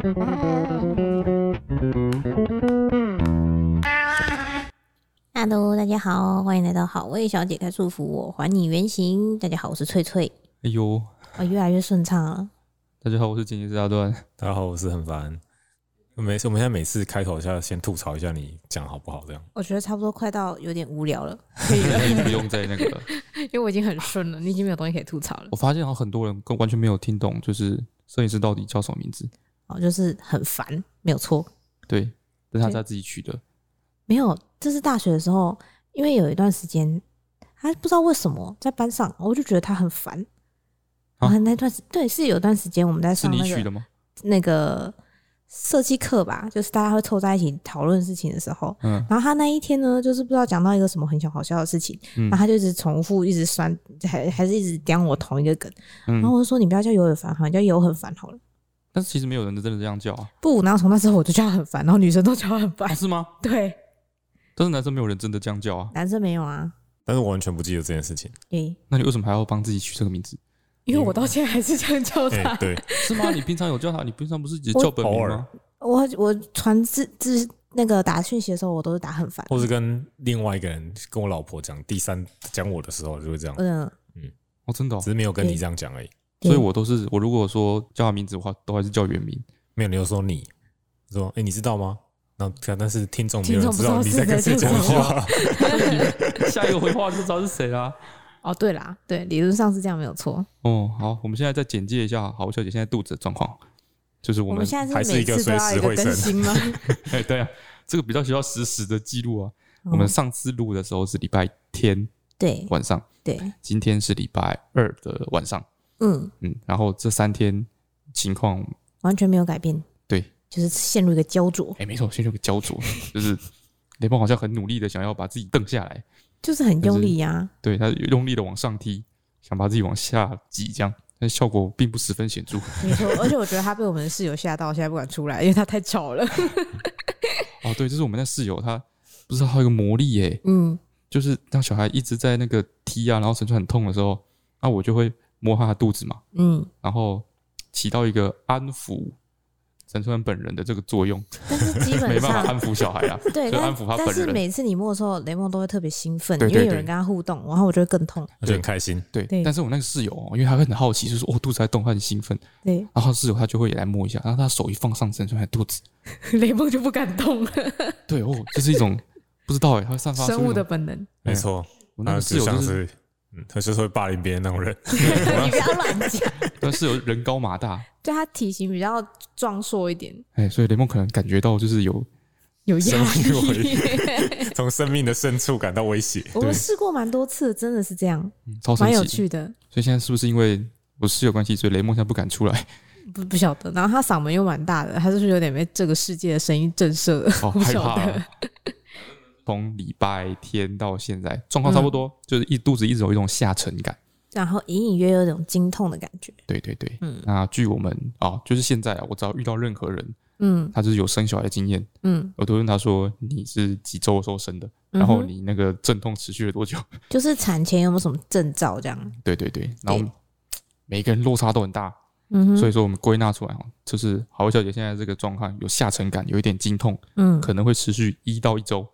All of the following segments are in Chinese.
Hello， 大家好，欢迎来到好味小姐开束缚，我还你原形。大家好，我是翠翠。 哎呦， 越来越顺畅了。 大家好，我是剪辑师阿段。 大家好，我是很烦。我们现在每次开头要先吐槽一下你讲好不好，这样。 我觉得差不多快到有点无聊了， 可以不用再那个了， 因为我已经很顺了，你已经没有东西可以吐槽了。 我发现好像很多人完全没有听懂，就是摄影师到底叫什么名字。 就是很烦，没有错。 对，这是他自己取的。 没有，这是大学的时候，因为有一段时间，他不知道为什么在班上，我就觉得他很烦。然后那段对，是有段时间我们在上是你取的吗？ 那个设计课吧，就是大家会凑在一起讨论事情的时候，然后他那一天呢，就是不知道讲到一个什么很好笑的事情，然后他就一直重复，一直酸，还是一直讲我同一个梗，然后我就说你不要叫有很烦，好，你叫有很烦好了。 但是其实没有人真的这样叫啊。 不，然后从那之后我就叫他很烦，然后女生都叫他很烦。 是吗？ 对。 但是男生没有人真的这样叫啊。 男生没有啊。 但是我完全不记得这件事情。 那你为什么还要帮自己取这个名字？ 因为我到现在还是这样叫他。 对。 是吗？你平常有叫他？你平常不是只叫本名吗？ 我传字那个打讯息的时候，我都是打很烦。 或是跟另外一个人，跟我老婆讲，讲我的时候就会这样。 哦，真的哦。 只是没有跟你这样讲而已。 所以我如果说叫他名字的话，都还是叫原名。 没有，你就说你说你知道吗？但是听众没有人知道你在跟谁讲话。 下一个回话就知道是谁啦。 哦，对啦，对，理论上是这样没有错。 哦，好，我们现在再简介一下好小姐现在肚子的状况，就是我们现在还是一个随时会更新吗？ 对啊，这个比较需要实时的记录啊。我们上次录的时候是礼拜天晚上， 对， 今天是礼拜二的晚上。然后这3天情况完全没有改变， 对， 就是陷入一个焦灼。 没错，陷入一个焦灼，就是雷梦好像很努力的想要把自己蹬下来， 就是很用力啊。 对，他用力的往上踢，想把自己往下挤，这样，但效果并不十分显著。 没错，而且我觉得他被我们的室友吓到，现在不敢出来，因为他太吵了。 哦，对，就是我们的室友，他不知道他有一个魔力耶，就是当小孩一直在那个踢啊，然后陈川很痛的时候，我就会摸他的肚子嘛，然后起到一个安抚陈川本人的这个作用， 但是基本上没办法安抚小孩啊， 对， 就安抚他本人。 但是每次你摸的时候，雷梦都会特别兴奋，因为有人跟他互动，然后我就会更痛， 就很开心。 对，但是我那个室友，因为他会很好奇，就是说肚子在动，他很兴奋， 对， 然后室友他就会也来摸一下，然后他手一放上陈川的肚子， 雷梦就不敢动了。 对这是一种不知道他会散发出生物的本能， 没错， 我那个室友就是他就是会霸凌别人那种人。 你不要乱讲。 但室友人高马大， 对，他体型比较壮硕一点， 所以雷梦可能感觉到就是有压力， 从生命的深处感到威胁。 我们试过蛮多次，真的是这样， 超神奇， 蛮有趣的。 所以现在是不是因为我室友关系，所以雷梦现在不敢出来？ 不晓得。然后他嗓门又蛮大的，他是不是有点被这个世界的声音震慑了？ 害怕。从礼拜天到现在状况差不多，就是肚子一直有一种下沉感， 然后隐隐约约有一种经痛的感觉。 对，那据我们就是现在我只要遇到任何人，他就是有生小孩的经验，我都问他说你是几周的时候生的，然后你那个阵痛持续了多久， 就是产前有没有什么征兆这样。 对，然后每一个人落差都很大，所以说我们归纳出来就是好小姐现在这个状况有下沉感，有一点经痛，可能会持续1到1周。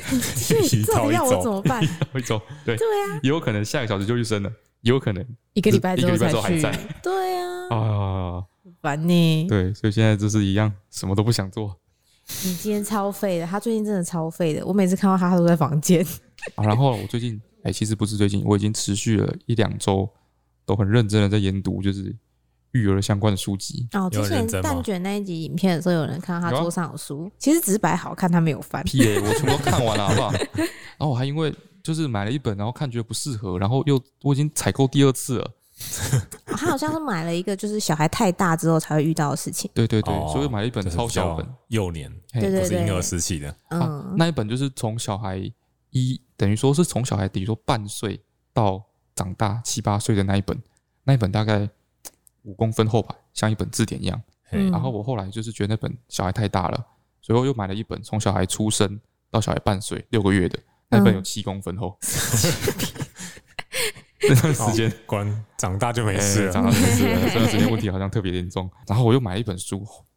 1到1周，要我怎么办？1 到1周，对啊， 也有可能下个小时就去生了，也有可能 1个礼拜之后才去。 还在。 对啊，烦呢。 对，所以现在就是一样，什么都不想做。 你今天超废的，他最近真的超废的，我每次看到他都在房间。 然后我最近其实不是最近，我已经持续了1-2周都很认真的在研读，就是育儿相关的书籍。 之前蛋卷那一集影片的时候，有人看到他桌上有书，其实只是摆好看，他没有翻。 屁我全部都看完了，好不好？然后我还因为就是买了一本，然后看觉得不适合，然后我已经采购第2次了。 他好像是买了一个就是小孩太大之后才会遇到的事情。 对，所以买了一本超小本， 幼年， 对， 不是婴儿时期的。 那一本就是从小孩等于说是从小孩等于说半岁到长大7-8岁的那一本大概5公分厚吧，像一本字典一样。然后我后来就是觉得那本小孩太大了，所以我又买了一本从小孩出生到小孩半岁6个月的，那本有7公分厚。这段时间长大就没事了， 长大就没事了。这段时间问题好像特别严重。然后我又买了一本书，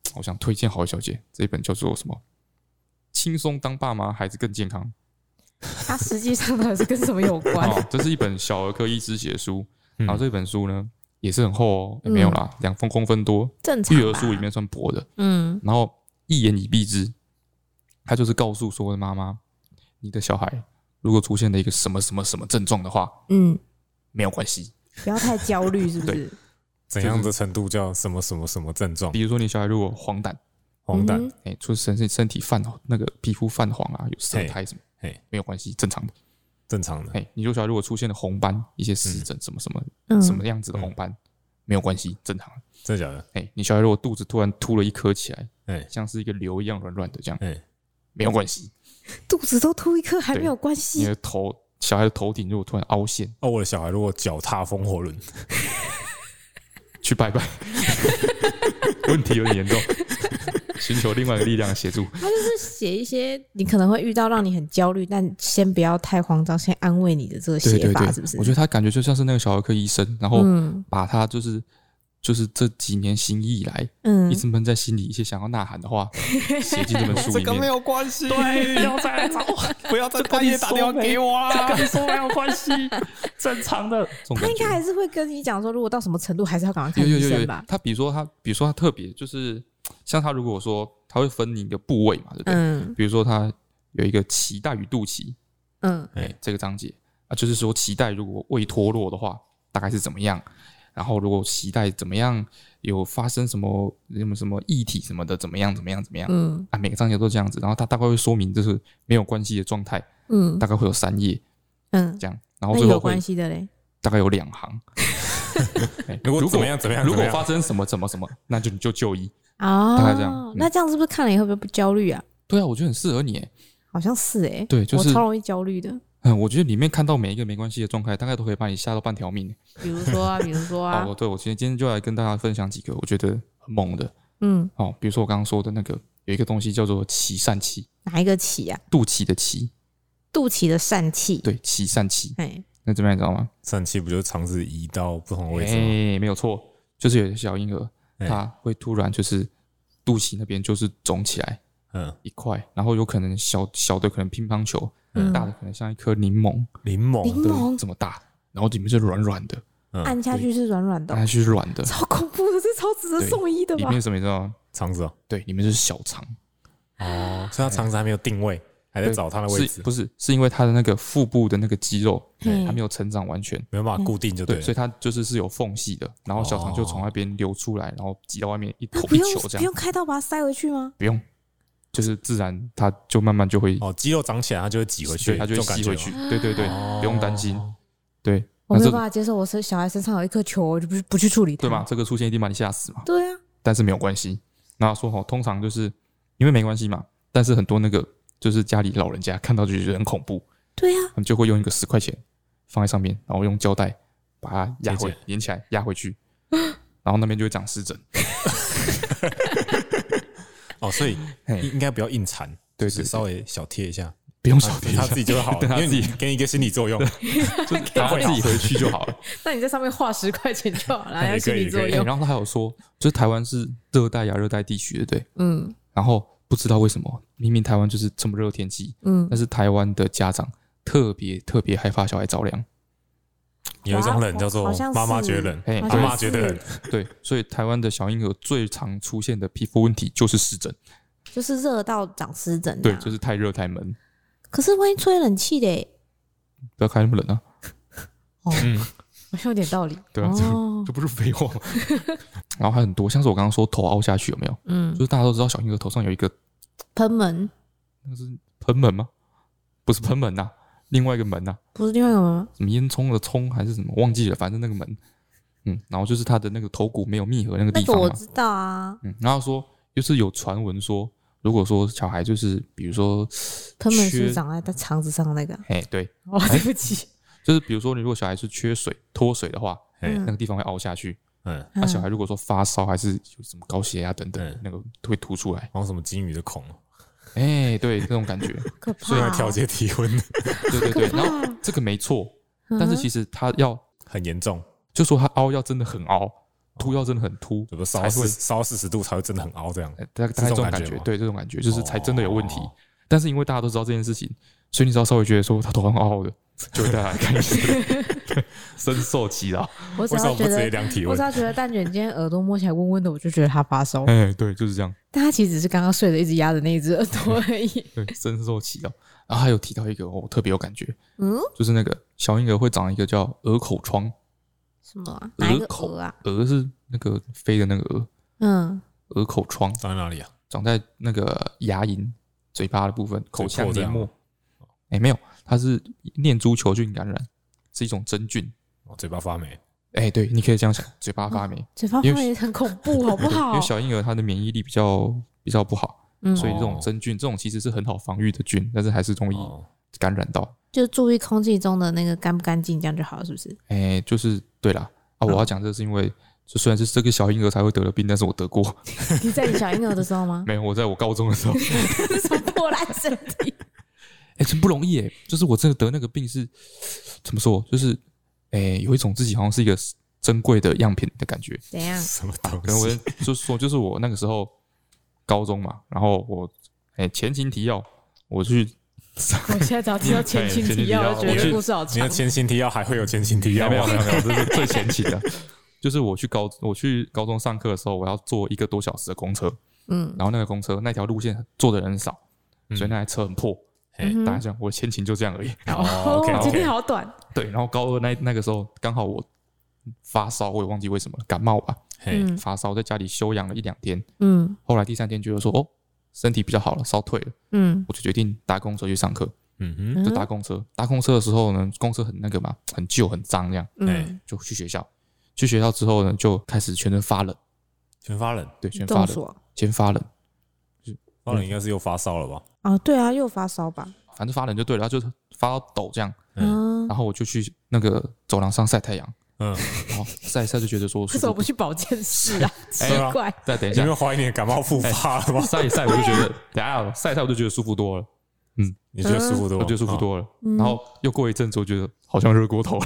我想推荐好小姐这一本叫做什么？轻松当爸妈，孩子更健康。 它实际上到底是跟什么有关？ 这是一本小儿科医师写的书，然后这本书呢也是很厚哦，也没有啦，2公分多， 正常。 育儿书里面算薄的，然后一言以蔽之，他就是告诉所有的妈妈，你的小孩如果出现了一个什么什么什么症状的话，没有关系， 不要太焦虑，是不是？ 怎样的程度叫什么什么什么症状？ 比如说你小孩如果黄疸，就是身体那个皮肤泛黄啊，有色苔什么，没有关系，正常的。 正常的， 你小孩如果出现了红斑，一些湿疹什么什么什么样子的红斑，没有关系，正常的。 真的假的？ 你小孩如果肚子突然凸了一颗起来，像是一个瘤一样软软的这样，没有关系。 肚子都凸一颗还没有关系？ 你的小孩的头顶如果突然凹陷， 我的小孩如果脚踏风火轮， 去拜拜，问题有点严重。寻求另外一个力量的协助。 他就是写一些你可能会遇到让你很焦虑，但先不要太慌张，先安慰你的这个写法，是不是？ 我觉得他感觉就像是那个小儿科医生，然后把他就是这几年行医以来，一直闷在心里一些想要呐喊的话，写进这本书里面。 这个没有关系， 对，不要再来找我， 不要再半夜打电话给我啊！ 这跟你说没有关系，正常的。 他应该还是会跟你讲说，如果到什么程度，还是要赶快看医生吧。 他比如说他特别就是。像他如果说他会分你的部位嘛，对不对？比如说他有一个脐带与肚脐，这个章节啊，就是说脐带如果未脱落的话，大概是怎么样？然后如果脐带怎么样，有发生什么液体什么的，怎么样？每个章节都这样子，然后他大概会说明这是没有关系的状态，大概会有3页，这样，然后最后有关系的嘞， 大概有2行。 如果怎么样， 如果发生什么，那就你就就医。 大概这样。 那这样是不是看了以后会不焦虑啊？ 对啊，我觉得很适合你耶。 好像是耶。 对，就是我超容易焦虑的。 我觉得里面看到每一个没关系的状态，大概都可以把你吓到半条命。 比如说啊， 对，我今天就来跟大家分享几个我觉得很猛的。比如说我刚刚说的那个有一个东西叫做脐疝气。 哪一个脐啊？ 肚脐的脐。 肚脐的疝气。 对，脐疝气。那怎么样你知道吗？ 疝气不就是肠子移到不同的位置吗？ 没有错，就是有些小婴儿他会突然就是肚脐那边就是肿起来，一块，然后有可能小的可能乒乓球，大的可能像一颗柠檬这么大，然后里面是软软的， 按下去是软软的， 按下去是软的， 超恐怖的，这超值得送医的吧？ 里面什么你知道吗？ 肠子哦， 对，里面是小肠。 所以他肠子还没有定位，还在找他的位置。 不是因为他的那个腹部的那个肌肉还没有成长完全， 没有办法固定就对， 所以它是有缝隙的，然后小肠就从那边流出来，然后挤到外面一球这样。 不用开刀把它塞回去吗？ 不用，就是自然它就慢慢就会肌肉长起来，它就会挤回去， 它就会吸回去。对，不用担心。对， 我没有办法接受我小孩身上有一颗球，我就不去处理它， 对吗？这个出现一定把你吓死嘛。 对啊， 但是没有关系。那说通常就是因为没关系嘛，但是很多那个就是家里老人家看到就觉得很恐怖。 对啊， 他们就会用一个10块钱放在上面，然后用胶带把它连起来压回去，然后那边就会长湿疹。 所以应该不要硬缠， 对， 稍微小贴一下， 不用小贴， 他自己就好了，因为你给你一个心理作用， 就然后自己回去就好了。 那你在上面画10块钱就好了，要心理作用。 然后他还有说，就是台湾是热带亚热带地区，对不对？然后不知道为什么，明明台湾就是这么热天气，但是台湾的家长特别害怕小孩着凉。 有一种冷叫做妈妈觉得冷，阿妈觉得冷。 对，所以台湾的小婴儿最常出现的皮肤问题就是湿疹， 就是热到长湿疹。 对，就是太热太闷。 可是万一吹冷气的， 不要开那么冷啊。 好像有点道理。 对啊，这不是废话吗？然后还很多，像是我刚刚说头凹下去有没有？就是大家都知道小婴儿头上有一个喷门， 那是喷门吗？不是喷门呐，另外一个门呐。 不是另外一个门吗？ 什么烟囱的囱还是什么忘记了，反正那个门。然后就是他的那个头骨没有密合那个地方嘛。 那个我知道啊。 然后说就是有传闻说，如果说小孩就是比如说喷门是长在他肠子上那个。 对。 对不起。 就是比如说你如果小孩是缺水脱水的话，那个地方会凹下去。那小孩如果说发烧还是有什么高血压等等，那个会凸出来， 好像什么金鱼的孔。 对，这种感觉， 所以要调节体温。 对，然后这个没错，但是其实它要很严重， 就说它凹要真的很凹， 凸要真的很凸， 怎么烧40度才会真的很凹这样？ 大概这种感觉，对，这种感觉就是才真的有问题。但是因为大家都知道这件事情，所以你只要稍微觉得说他头很凹的，就会带来看一下，深受其扰。 我只为什么不直要觉得接量体温？ 我只要觉得蛋卷今天耳朵摸起来温温的，我就觉得他发烧。 对，就是这样。 但他其实只是刚刚睡的，一直压着那一只耳朵而已。 对，深受其扰。然后还有提到一个我特别有感觉，就是那个小婴儿会长一个叫鹅口疮。 什么啊？哪一个口鹅啊？ 鹅是那个飞的那个鹅。鹅口疮长在哪里啊？ 长在那个牙龈、嘴巴的部分，口腔黏膜。没有，它是念珠球菌感染，是一种真菌。 嘴巴发霉。 对，你可以这样想，嘴巴发霉， 嘴巴发霉很恐怖，好不好？ 因为小婴儿他的免疫力比较不好，所以这种真菌，这种其实是很好防御的菌，但是还是容易感染到。 就注意空气中的那个干不干净，这样就好了，是不是？ 就是对啦。我要讲这是因为，就虽然是这个小婴儿才会得的病，但是我得过。 你在你小婴儿的时候吗？ 没有，我在我高中的时候。 什么破烂身体？ 真不容易耶！就是我真的得那个病是怎么说？就是有一种自己好像是一个珍贵的样品的感觉。 怎样？ 什么东西？ 可能我就是说，就是我那个时候高中嘛，然后我前情提要，我去。 我现在只要听到前情提要，我觉得故事好长。 你的前情提要还会有前情提要？ 没有，这是最前期的。就是我去高中上课的时候，我要坐1个多小时的公车，然后那个公车那条路线坐的人很少，所以那台车很破。大概这样，我的前情就这样而已。 今天好短。 对，然后高二那个时候刚好我发烧，我也忘记为什么了，感冒吧，发烧，在家里休养了1-2天。后来第3天觉得说身体比较好了，烧退了，我就决定搭公车去上课。就搭公车，搭公车的时候呢，公车很那个嘛，很旧很脏这样，就去学校。去学校之后呢，就开始全身发冷， 全发冷， 对，全发冷，先发冷， 发冷应该是又发烧了吧？ 对啊，又发烧吧， 反正发冷就对了，就发到抖这样。然后我就去那个走廊上晒太阳。然后晒一晒就觉得说，为什么不去保健室啊？奇怪。 再等一下， 因为怀疑你的感冒复发了吗？ 晒一晒我就觉得，等一下晒一晒我就觉得舒服多了。 你觉得舒服多了？ 我觉得舒服多了。然后又过一阵子，我觉得好像热过头了。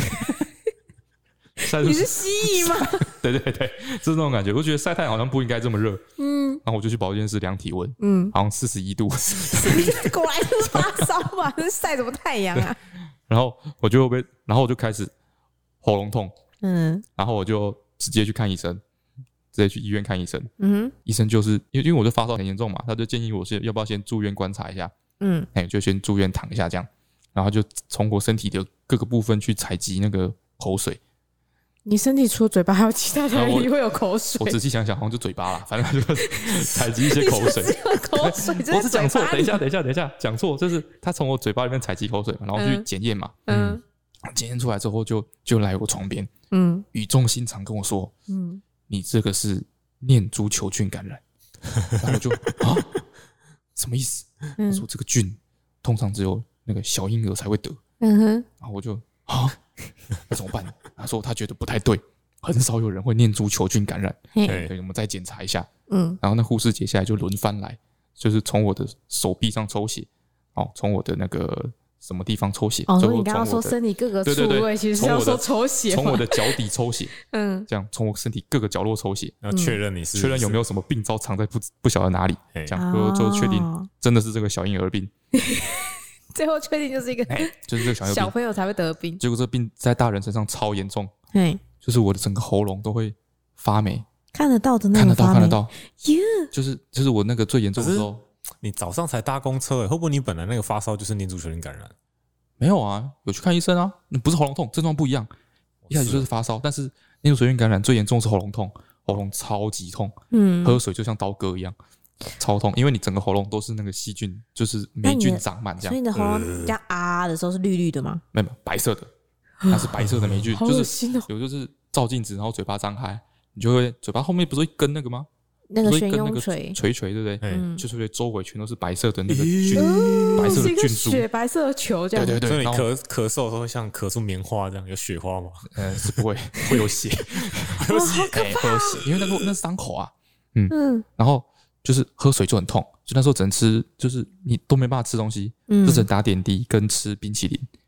你是蜥蜴吗？ 对，就是那种感觉。我觉得晒太阳好像不应该这么热。然后我就去保健室量体温，好像41度。 果然是发烧吧？是晒什么太阳啊？ 然后我就开始喉咙痛，然后我就直接去看医生，直接去医院看医生。医生就是因为我的发烧很严重嘛，他就建议我要不要先住院观察一下。就先住院躺一下这样，然后就从我身体的各个部分去采集那个口水。 你身体除了嘴巴还有其他哪里会有口水？ 我仔细想想，好像就嘴巴啦，反正就是采集一些口水。 口水， 我是讲错，等一下，讲错，就是他从我嘴巴里面采集口水嘛，然后去检验嘛。检验出来之后就来我床边，语重心长跟我说，你这个是念珠球菌感染。然后我就什么意思？我说这个菌通常只有那个小婴儿才会得。然后我就那怎么办？他说他觉得不太对，很少有人会念珠球菌感染。对，我们再检查一下。然后那护士接下来就轮番来，就是从我的手臂上抽血，从我的那个什么地方抽血。 所以你刚刚说身体各个处位，其实是要说抽血， 从我的脚底抽血。这样从我身体各个角落抽血， 然后确认有没有什么病灶藏在不晓得哪里，这样就确定真的是这个小婴儿病。 最后确定就是一个就是这个小朋友才会得病， 结果这病在大人身上超严重，就是我的整个喉咙都会发霉， 看得到的那种发霉， 看得到，就是我那个最严重的时候。 你早上才搭公车，会不会你本来那个发烧就是念珠球菌感染？ 没有啊，有去看医生啊，不是喉咙痛，症状不一样，一开始就是发烧，但是念珠球菌感染最严重是喉咙痛，喉咙超级痛，喝水就像刀割一样。超痛，因为你整个喉咙都是那个细菌，就是霉菌长满这样。 所以你的喉咙这样的时候是绿绿的吗？ 没有，白色的，那是白色的霉菌，就是有就是照镜子，然后嘴巴张开，你就会嘴巴后面不是一根那个吗？ 那个悬雍垂， 垂对不对？就是周围全都是白色的那个菌，白色的菌株， 雪白色的球这样。 对，所以你咳嗽的时候会像咳出棉花这样，有雪花吗？ 是不会，会有血，会有血，因为那是伤口啊。然后。就是喝水就很痛，就那时候只能吃，就是你都没办法吃东西，就只能打点滴跟吃冰淇淋。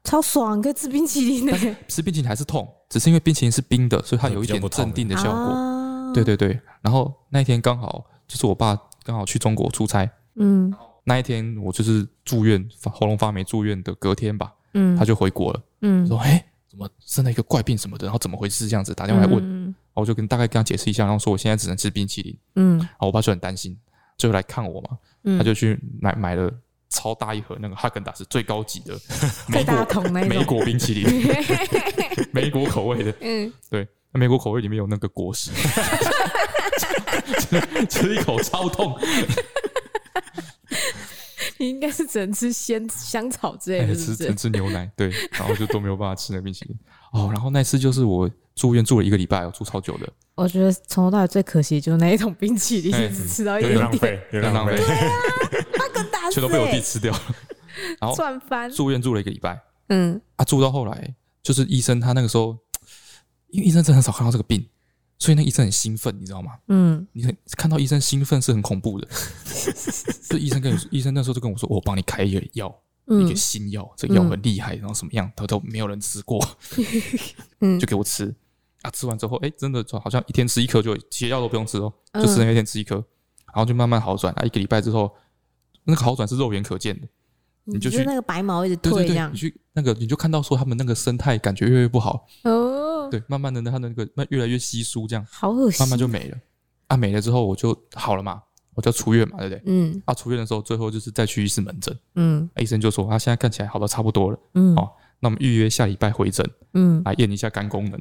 超爽，可以吃冰淇淋的。 吃冰淇淋还是痛，只是因为冰淇淋是冰的，所以它有一点镇定的效果。对对对，然后那一天刚好就是我爸刚好去中国出差，那一天我就是住院，喉咙发霉住院的隔天吧，他就回国了，说怎么生了一个怪病什么的，然后怎么回事这样子，打电话来问，然后我就大概跟他解释一下，然后说我现在只能吃冰淇淋，然后我爸就很担心，最后来看我嘛，他就去买了超大一盒那个哈根达斯最高级的莓果冰淇淋，莓果口味的，对，莓果口味里面有那个果实，吃一口超痛。 你应该是只能吃香草之类的，是不是？ 只能吃牛奶，对，然后就都没有办法吃那个冰淇淋。然后那次就是我住院住了1个礼拜，住超久的。我觉得从头到尾最可惜就是那一桶冰淇淋，只吃到一点点， 有点浪费。 对啊，哈根达斯全都被我弟吃掉了。然后赚翻。住院住了1个礼拜，住到后来就是医生他那个时候，因为医生真的很少看到这个病。所以那医生很兴奋，你知道吗？你看到医生兴奋是很恐怖的。就医生那时候就跟我说：“我帮你开一个药，一个新药，这个药很厉害，然后什么样，都没有人吃过，就给我吃。吃完之后，真的好像一天吃1颗，就其他药都不用吃哦，就只能一天吃1颗，然后就慢慢好转。1个礼拜之后，那个好转是肉眼可见的。你就那个白毛一直退这样， 你就看到说他们那个生态感觉越来越不好哦，对，慢慢的他的那个越来越稀疏，这样好恶心， 慢慢就没了。没了之后我就好了嘛，我就出院嘛，对不对？出院的时候最后就是再去医师门诊，医生就说他现在看起来好的差不多了，那我们预约下礼拜回诊，来验一下肝功能。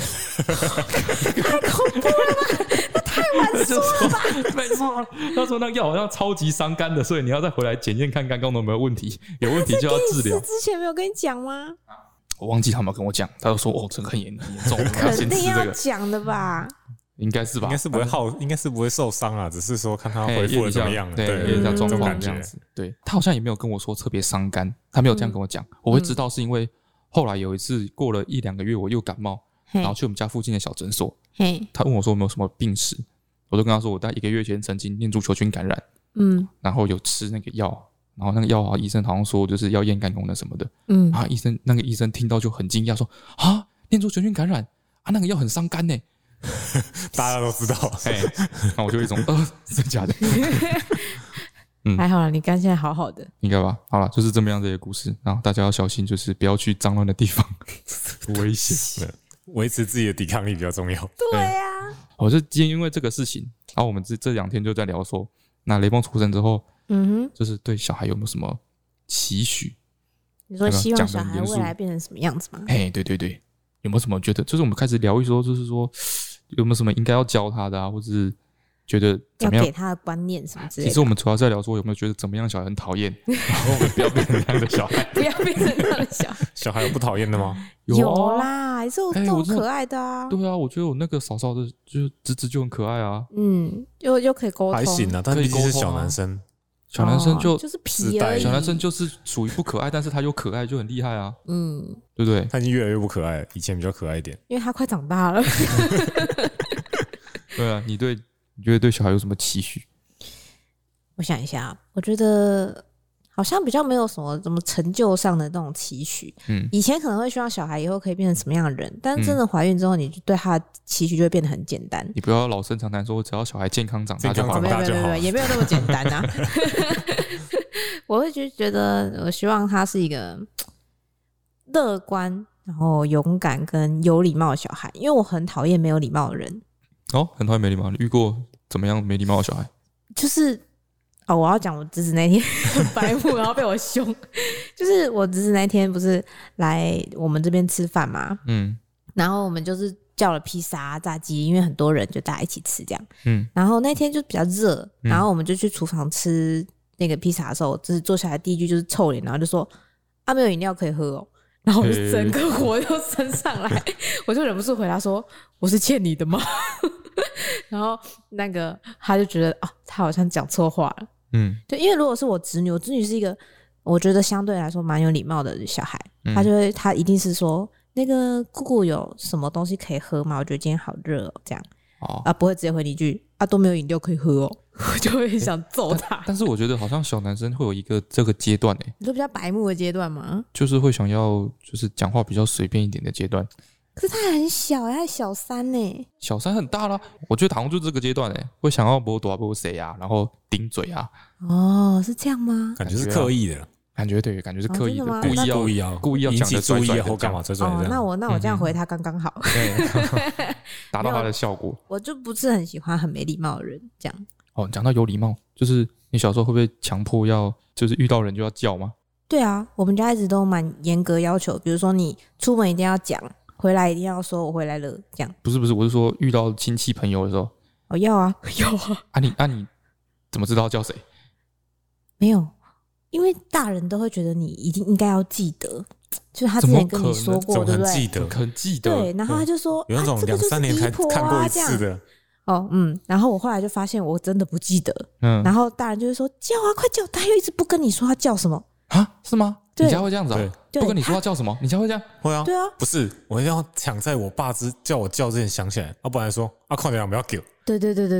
太恐怖了吧！那太晚说了吧？ 没错，他说那个药好像超级伤肝的，所以你要再回来检验看肝功能有没有问题，有问题就要治疗。 之前没有跟你讲吗？ 我忘记他有没有跟我讲，他就说这个很严重， 肯定要讲的吧？ 应该是吧？ 应该是不会受伤啊，只是说看他恢复的怎么样， 对，验一下状况这样子。对，他好像也没有跟我说特别伤肝，他没有这样跟我讲。我会知道是因为后来有一次过了1-2个月，我又感冒。然后去我们家附近的小诊所，他问我说有没有什么病史，我就跟他说我在1个月前曾经念珠球菌感染，然后有吃那个药，然后那个药医生好像说就是要验肝功能什么的，然后那个医生听到就很惊讶说念珠球菌感染那个药很伤肝呢， 大家都知道， 那我就有一种真假的， 还好啦，你肝现在好好的，应该吧？好了，就是这么样的一个故事，然后大家要小心，就是不要去脏乱的地方，危险。 维持自己的抵抗力比较重要。 对啊， 我是因为这个事情，然后我们这2天就在聊说，那雷梦出生之后，就是对小孩有没有什么期许？ 你说希望小孩未来变成什么样子吗？ 对对对，有没有什么觉得？就是我们开始聊一说，就是说有没有什么应该要教他的或者是觉得怎么样要给他的观念什么之类的。 其实我们主要在聊说有没有觉得怎么样的小孩很讨厌，然后我们不要变成那样的小孩， 不要变成那样的小孩。 小孩有不讨厌的吗？ 有啦，还是有这种可爱的啊。 对啊，我觉得我那个嫂嫂的，就是侄子就很可爱啊。 又可以沟通， 还行啊，但毕竟是小男生， 小男生就是皮而已。 小男生就是属于不可爱，但是他又可爱，就很厉害啊。对不对？ 他已经越来越不可爱了，以前比较可爱一点， 因为他快长大了。 对啊，你觉得对小孩有什么期许？ 我想一下，我觉得好像比较没有什么成就上的那种期许。以前可能会希望小孩以后可以变成什么样的人，但真的怀孕之后，你就对他的期许就会变得很简单。 你不要老生常谈说，只要小孩健康长大就好， 没有，也没有那么简单啊。我会觉得，我希望他是一个乐观、然后勇敢跟有礼貌的小孩，因为我很讨厌没有礼貌的人。 很讨厌没礼貌。你遇过怎么样没礼貌的小孩？ 就是我要讲我侄子那天很白目，然后被我凶。就是我侄子那天不是来我们这边吃饭嘛，然后我们就是叫了披萨、炸鸡，因为很多人就大家一起吃这样。然后那天就比较热，然后我们就去厨房吃那个披萨的时候，就是坐下来第一句就是臭脸，然后就说没有饮料可以喝哦。然后我就整个火就升上来，我就忍不住回答说：“我是欠你的吗？”然后那个他就觉得他好像讲错话了。对，因为如果是我侄女是一个我觉得相对来说蛮有礼貌的小孩，他一定是说那个姑姑有什么东西可以喝吗？我觉得今天好热哦，这样不会直接回你一句都没有饮料可以喝哦。 我就会想揍他。 但是我觉得好像小男生会有一个这个阶段你说比较白目的阶段吗？ 就是会想要就是讲话比较随便一点的阶段。 可是他还很小他还小3呢。 小3很大啦，我觉得好像就这个阶段会想要不多不谁啊，然后顶嘴啊。 哦，是这样吗？ 感觉是刻意的， 感觉对，感觉是刻意的，故意要引起讲的注意后干嘛拽拽的。 那我这样回他刚刚好， 达到他的效果。 我就不是很喜欢很没礼貌的人，这样。 讲到有礼貌，就是你小时候会不会强迫要，就是遇到人就要叫吗？ 对啊，我们家一直都蛮严格要求，比如说你出门一定要讲，回来一定要说我回来了，这样。不是， 我是说遇到亲戚朋友的时候。 要啊，要啊。 你怎么知道叫谁？ 没有，因为大人都会觉得你一定应该要记得，就是他之前跟你说过，对不对？ 很记得。 对，然后他就说， 有那种2-3年才看过一次的。 然后我后来就发现我真的不记得，然后大人就会说叫啊，快叫，他又一直不跟你说他叫什么啊？是吗？你家会这样子啊？ 对， 不跟你说他叫什么？你家会这样？ 会啊。 对啊， 不是，我一定要抢在我爸叫我叫之前想起来，不然说快点不要给我。 对。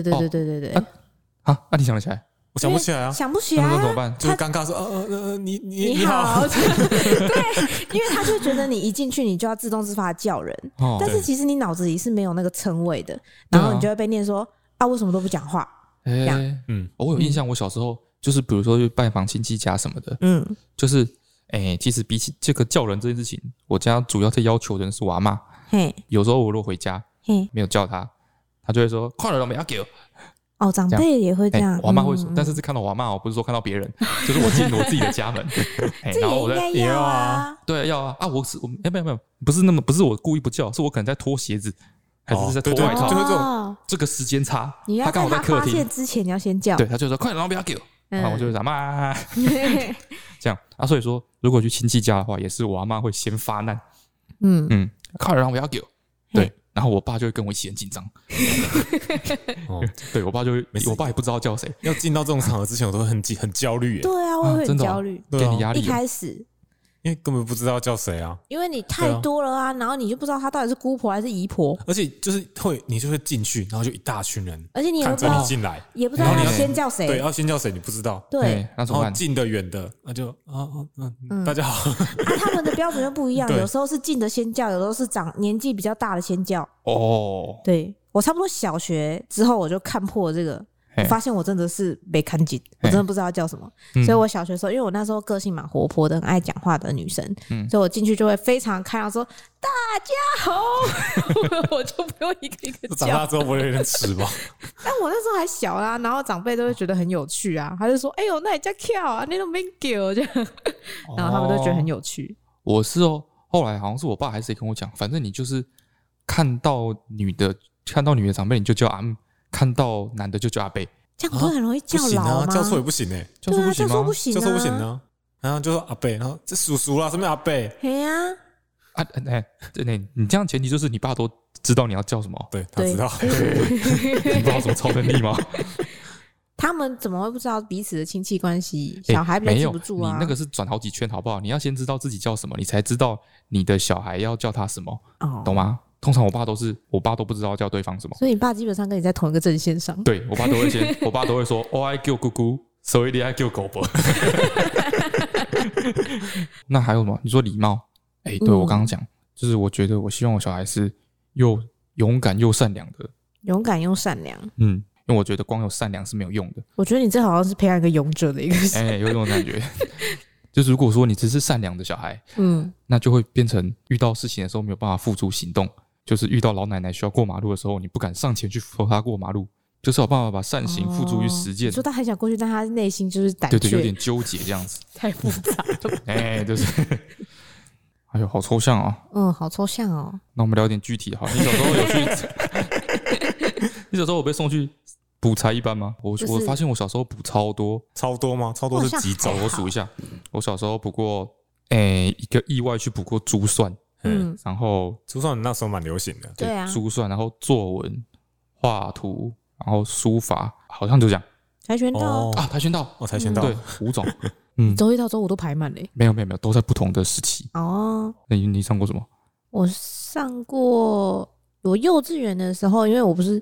你想得起来？ 我想不起来啊， 想不起来那怎么办？ 就是尴尬说你好，对，因为他就觉得你一进去你就要自动自发叫人，但是其实你脑子里是没有那个称谓的，然后你就会被念说为什么都不讲话？ 我有印象，我小时候就是比如说去拜访亲戚家什么的，就是其实比起这个叫人这件事情，我家主要在要求的人是我阿嬷。有时候我如果回家没有叫他，他就会说快点，不要给我。 长辈也会这样， 我阿嬷会说，但是看到我阿嬷，不是说看到别人，就是我进我自己的家门，然后我也要啊， 对，要啊，没有，不是我故意不叫，是我可能在脱鞋子，还是在脱外套， 就是这个时间差， 他刚好在客厅，发现之前你要先叫， 对，他就说快点，不要给我，然后我就会阿嬷，这样所以说如果去亲戚家的话，也是我阿嬷会先发难，快点，不要给我，对。然后我爸就会跟我一起很紧张，对，我爸也不知道叫谁。 要进到这种场合之前，我都会很焦虑。 对啊，我会很焦虑， 给你压力。 一开始， 因为根本不知道叫谁啊， 因为你太多了啊，然后你就不知道他到底是姑婆还是姨婆， 而且就是你就会进去，然后就一大群人， 而且你也看着你进来， 也不知道要先叫谁， 对，要先叫谁你不知道， 对， 那怎么办？ 近的远的，那就大家好， 他们的标准就不一样，有时候是近的先叫，有时候是年纪比较大的先叫。对，我差不多小学之后我就看破这个。我发现我真的是没看紧，我真的不知道叫什么，所以我小学的时候，因为我那时候个性蛮活泼的，很爱讲话的女生，所以我进去就会非常开朗说大家好，我就不用一个一个叫。 长大之后不会有点迟吧？ 但我那时候还小啊，然后长辈都会觉得很有趣啊，他就说哎呦那你叫跳啊，你都没叫这样，然后他们都觉得很有趣。 我是后来好像是我爸还是谁跟我讲，反正你就是看到女的长辈你就叫阿姆，看到男的就叫阿伯， 这样不会很容易叫老吗？ 叫错也不行叫错不行吗？ 叫错不行啊，然后就说阿伯，然后这叔叔啦，什么阿伯？ 嘿呀， 你这样前提就是你爸都知道你要叫什么， 对他知道， 你不知道什么超能力吗？ 他们怎么会不知道彼此的亲戚关系？小孩比较记不住啊。 你那个是转好几圈好不好？你要先知道自己叫什么，你才知道你的小孩要叫他什么，懂吗？通常我爸都不知道叫对方什么， 所以你爸基本上跟你在同一个阵线上。 对，我爸都会说我爱叫姑姑，所以你爱叫狗婆。那还有什么？你说礼貌？对，我刚刚讲，就是我觉得我希望我小孩是又勇敢又善良的。 勇敢又善良。 因为我觉得光有善良是没有用的。 我觉得你这好像是培养一个勇者的一个有这种感觉。就是如果说你只是善良的小孩，那就会变成遇到事情的时候没有办法付诸行动。就是遇到老奶奶需要过马路的时候，你不敢上前去扶她过马路，就是有办法把善行付诸于实践。 你说他很想过去，但他内心就是胆怯， 对，有点纠结这样子， 太复杂了。 就是，哎呦，好抽象啊！ 好抽象哦。 那我们聊点具体的，好，你小时候有去？你小时候有被送去补才艺班吗？我发现我小时候补超多吗？超多是几种？ 我数一下，我小时候补过，一个意外去补过珠算。然后珠算那时候蛮流行的， 对啊， 珠算，然后作文、画图，然后书法，好像就这样。 跆拳道跆拳道， 跆拳道， 对，5种。 周一到周五都排满嘞。 没有，都在不同的时期。那你上过什么？ 我上过，我幼稚园的时候，因为我不是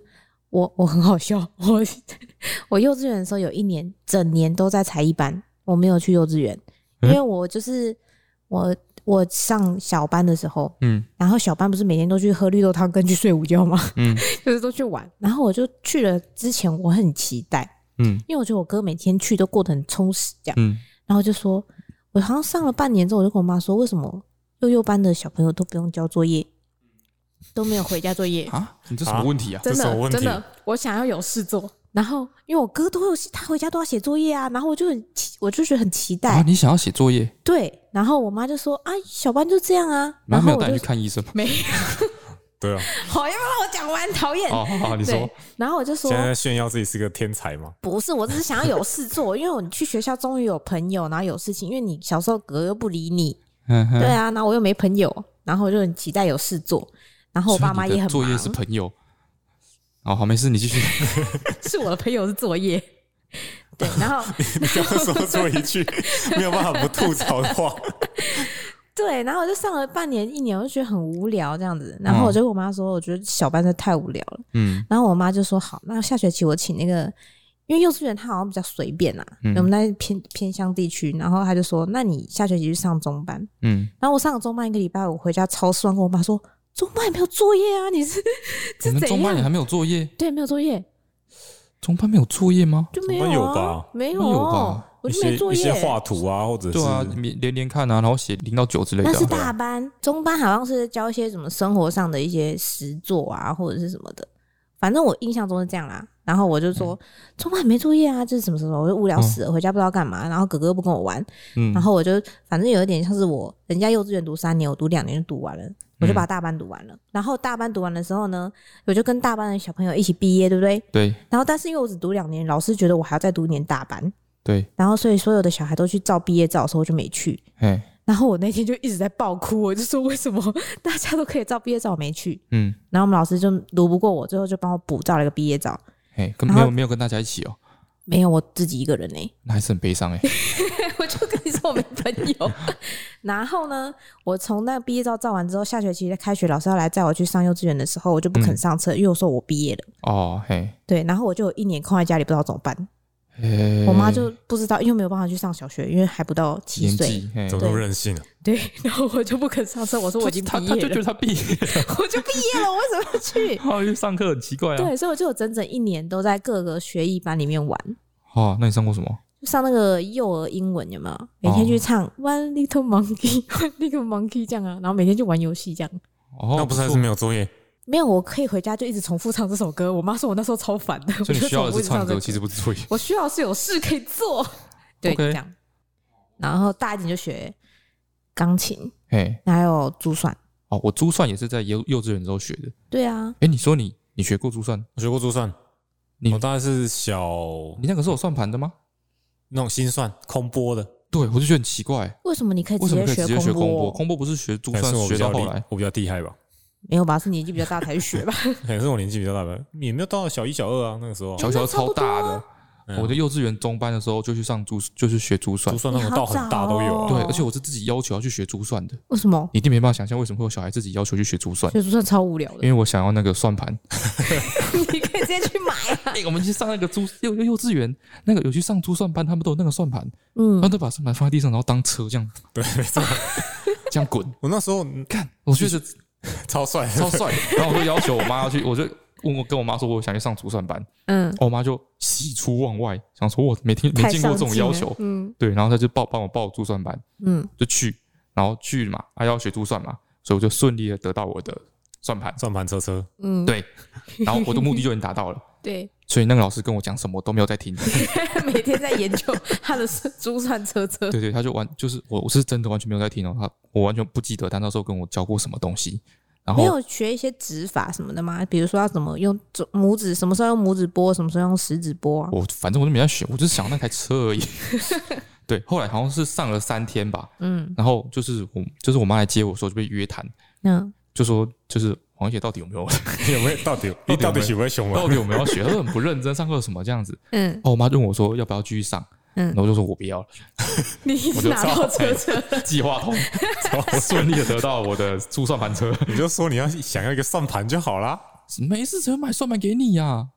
我很好笑，我幼稚园的时候有一年整年都在才艺班，我没有去幼稚园，因为我就是我上小班的时候，然后小班不是每天都去喝绿豆汤跟去睡午觉吗？就是都去玩，然后我就去了之前我很期待，因为我觉得我哥每天去都过得很充实，这样，然后就说我好像上了半年之后，我就跟我妈说，为什么幼班的小朋友都不用交作业？都没有回家作业啊？你这什么问题啊？ 真的真的，我想要有事做，然后因为我哥都有，他回家都要写作业啊，然后我就觉得很期待啊。你想要写作业？ 对，然后我妈就说啊，小班就这样啊，然后没有带你去看医生吗？ 没有。 对啊， 好，要不要让我讲完？讨厌。 好，你说。 然后我就说， 现在炫耀自己是个天才吗？ 不是，我只是想要有事做，因为我去学校终于有朋友，然后有事情，因为你小时候哥又不理你，对啊，然后我又没朋友，然后我就很期待有事做。然后我爸妈也很忙。 作业是朋友。好，没事，你继续。 是我的朋友是作业。对，然后你刚刚说出一句没有办法不吐槽的话。 对，然后我就上了半年一年，我就觉得很无聊这样子。然后我就跟我妈说，我觉得小班真的太无聊了。然后我妈就说好，那下学期我请那个，因为幼稚园它好像比较随便啦，我们在偏乡地区，然后他就说，那你下学期去上中班。然后我上了中班1个礼拜，我回家超失望，跟我妈说。中班也没有作业啊！你是怎样？ 中班也还没有作业？ 对，没有作业。 中班没有作业吗？ 就没有啊， 有吧？ 没有吧？ 我就没作业。 一些画图啊，或者是对啊，连看啊，然后写0到9之类的。 那是大班，中班好像是教一些什么生活上的一些实作啊，或者是什么的。反正我印象中是这样啦。然后我就说，中班也没作业啊，这是什么什么？我就无聊死了，回家不知道干嘛。然后哥哥又不跟我玩，然后我就反正有一点像是人家幼稚园读3年，我读2年就读完了。我就把大班读完了，然后大班读完的时候呢，我就跟大班的小朋友一起毕业，对不对？ 对。 然后但是因为我只读2年，老师觉得我还要再读1年大班， 对。 然后所以所有的小孩都去照毕业照的时候，我就没去。然后我那天就一直在爆哭，我就说为什么大家都可以照毕业照，我没去？然后我们老师就读不过我，最后就帮我补照了一个毕业照。 没有跟大家一起哦。 没有，我自己一个人欸。 那还是很悲伤欸。 我就跟你说我没朋友。然后呢，我从那个毕业照照完之后，下学期在开学老师要来载我去上幼稚园的时候，我就不肯上车，因为我说我毕业了。 哦，嘿。 对，然后我就有1年空在家里，不知道怎么办。我妈就不知道，因为没有办法去上小学，因为还不到7岁， 怎么那么任性啊？ 对，然后我就不肯上车，我说我已经毕业了， 他就觉得他毕业了， 我就毕业了，我为什么要去？ 他去上课很奇怪啊。 对，所以我就有整整1年都在各个学艺班里面玩。 那你上过什么？ 上那个幼儿英文有没有？每天去唱 One Little Monkey One Little Monkey 这样啊，然后每天去玩游戏这样。 那不是还是没有作业？ 没有，我可以回家就一直重复唱这首歌。我妈说我那时候超烦的。 所以你需要的是唱歌，其实不是作业。 我需要的是有事可以做。对，这样。然后大一点就学钢琴，还有珠算。 我珠算也是在幼稚园的时候学的。 对啊。 你说你学过珠算？ 我学过珠算。我大概是你那个时候有算盘的吗？ 那种心算空拨的。 对，我就觉得很奇怪， 为什么你可以直接学空拨？ 空拨不是学珠算学到后来， 我比较厉害吧？ 没有吧？是年纪比较大才去学吧？ 可能是我年纪比较大吧，也没有到小1、小2啊，那个时候小超大的。我在幼稚园中班的时候就去上就是学珠算， 珠算那种到很大都有。 对，而且我是自己要求要去学珠算的。 为什么？ 你一定没办法想象为什么会有小孩自己要求去学珠算。 学珠算超无聊的， 因为我想要那个算盘。 你可以直接去买啊！ 我们去上那个幼稚园，那个有去上珠算班，他们都有那个算盘，然后都把算盘放在地上，然后当车这样， 对，没错， 这样滚。 我那时候看，我觉得超帅， 超帅。然后我就要求我妈要去，我就跟我妈说我想去上珠算班，我妈就喜出望外，想说我没见过这种要求，对，然后她就帮我报珠算班，就去，然后去嘛，要学珠算嘛，所以我就顺利的得到我的算盘车， 对，然后我的目的就已经达到了， 对， 所以那个老师跟我讲什么都没有在听， 每天在研究他的珠算车， 对，他就是我是真的完全没有在听哦，我完全不记得他那时候跟我教过什么东西。 没有学一些指法什么的吗？比如说要怎么用拇指，什么时候用拇指拨，什么时候用食指拨啊？ 反正我都没在学，我就是想要那台车而已。对，后来好像是上了3天吧，然后就是我妈来接我的时候就被约谈，就说就是黄姐到底有没有到底喜不喜欢？ 到底有没有要学？她说很不认真，上课什么这样子。我妈就问我说要不要继续上，然后我就说我不要了。 你拿到车计划通，顺利的得到我的珠算盘车。 你就说你想要一个算盘就好啦， 没事，只会买算盘给你呀。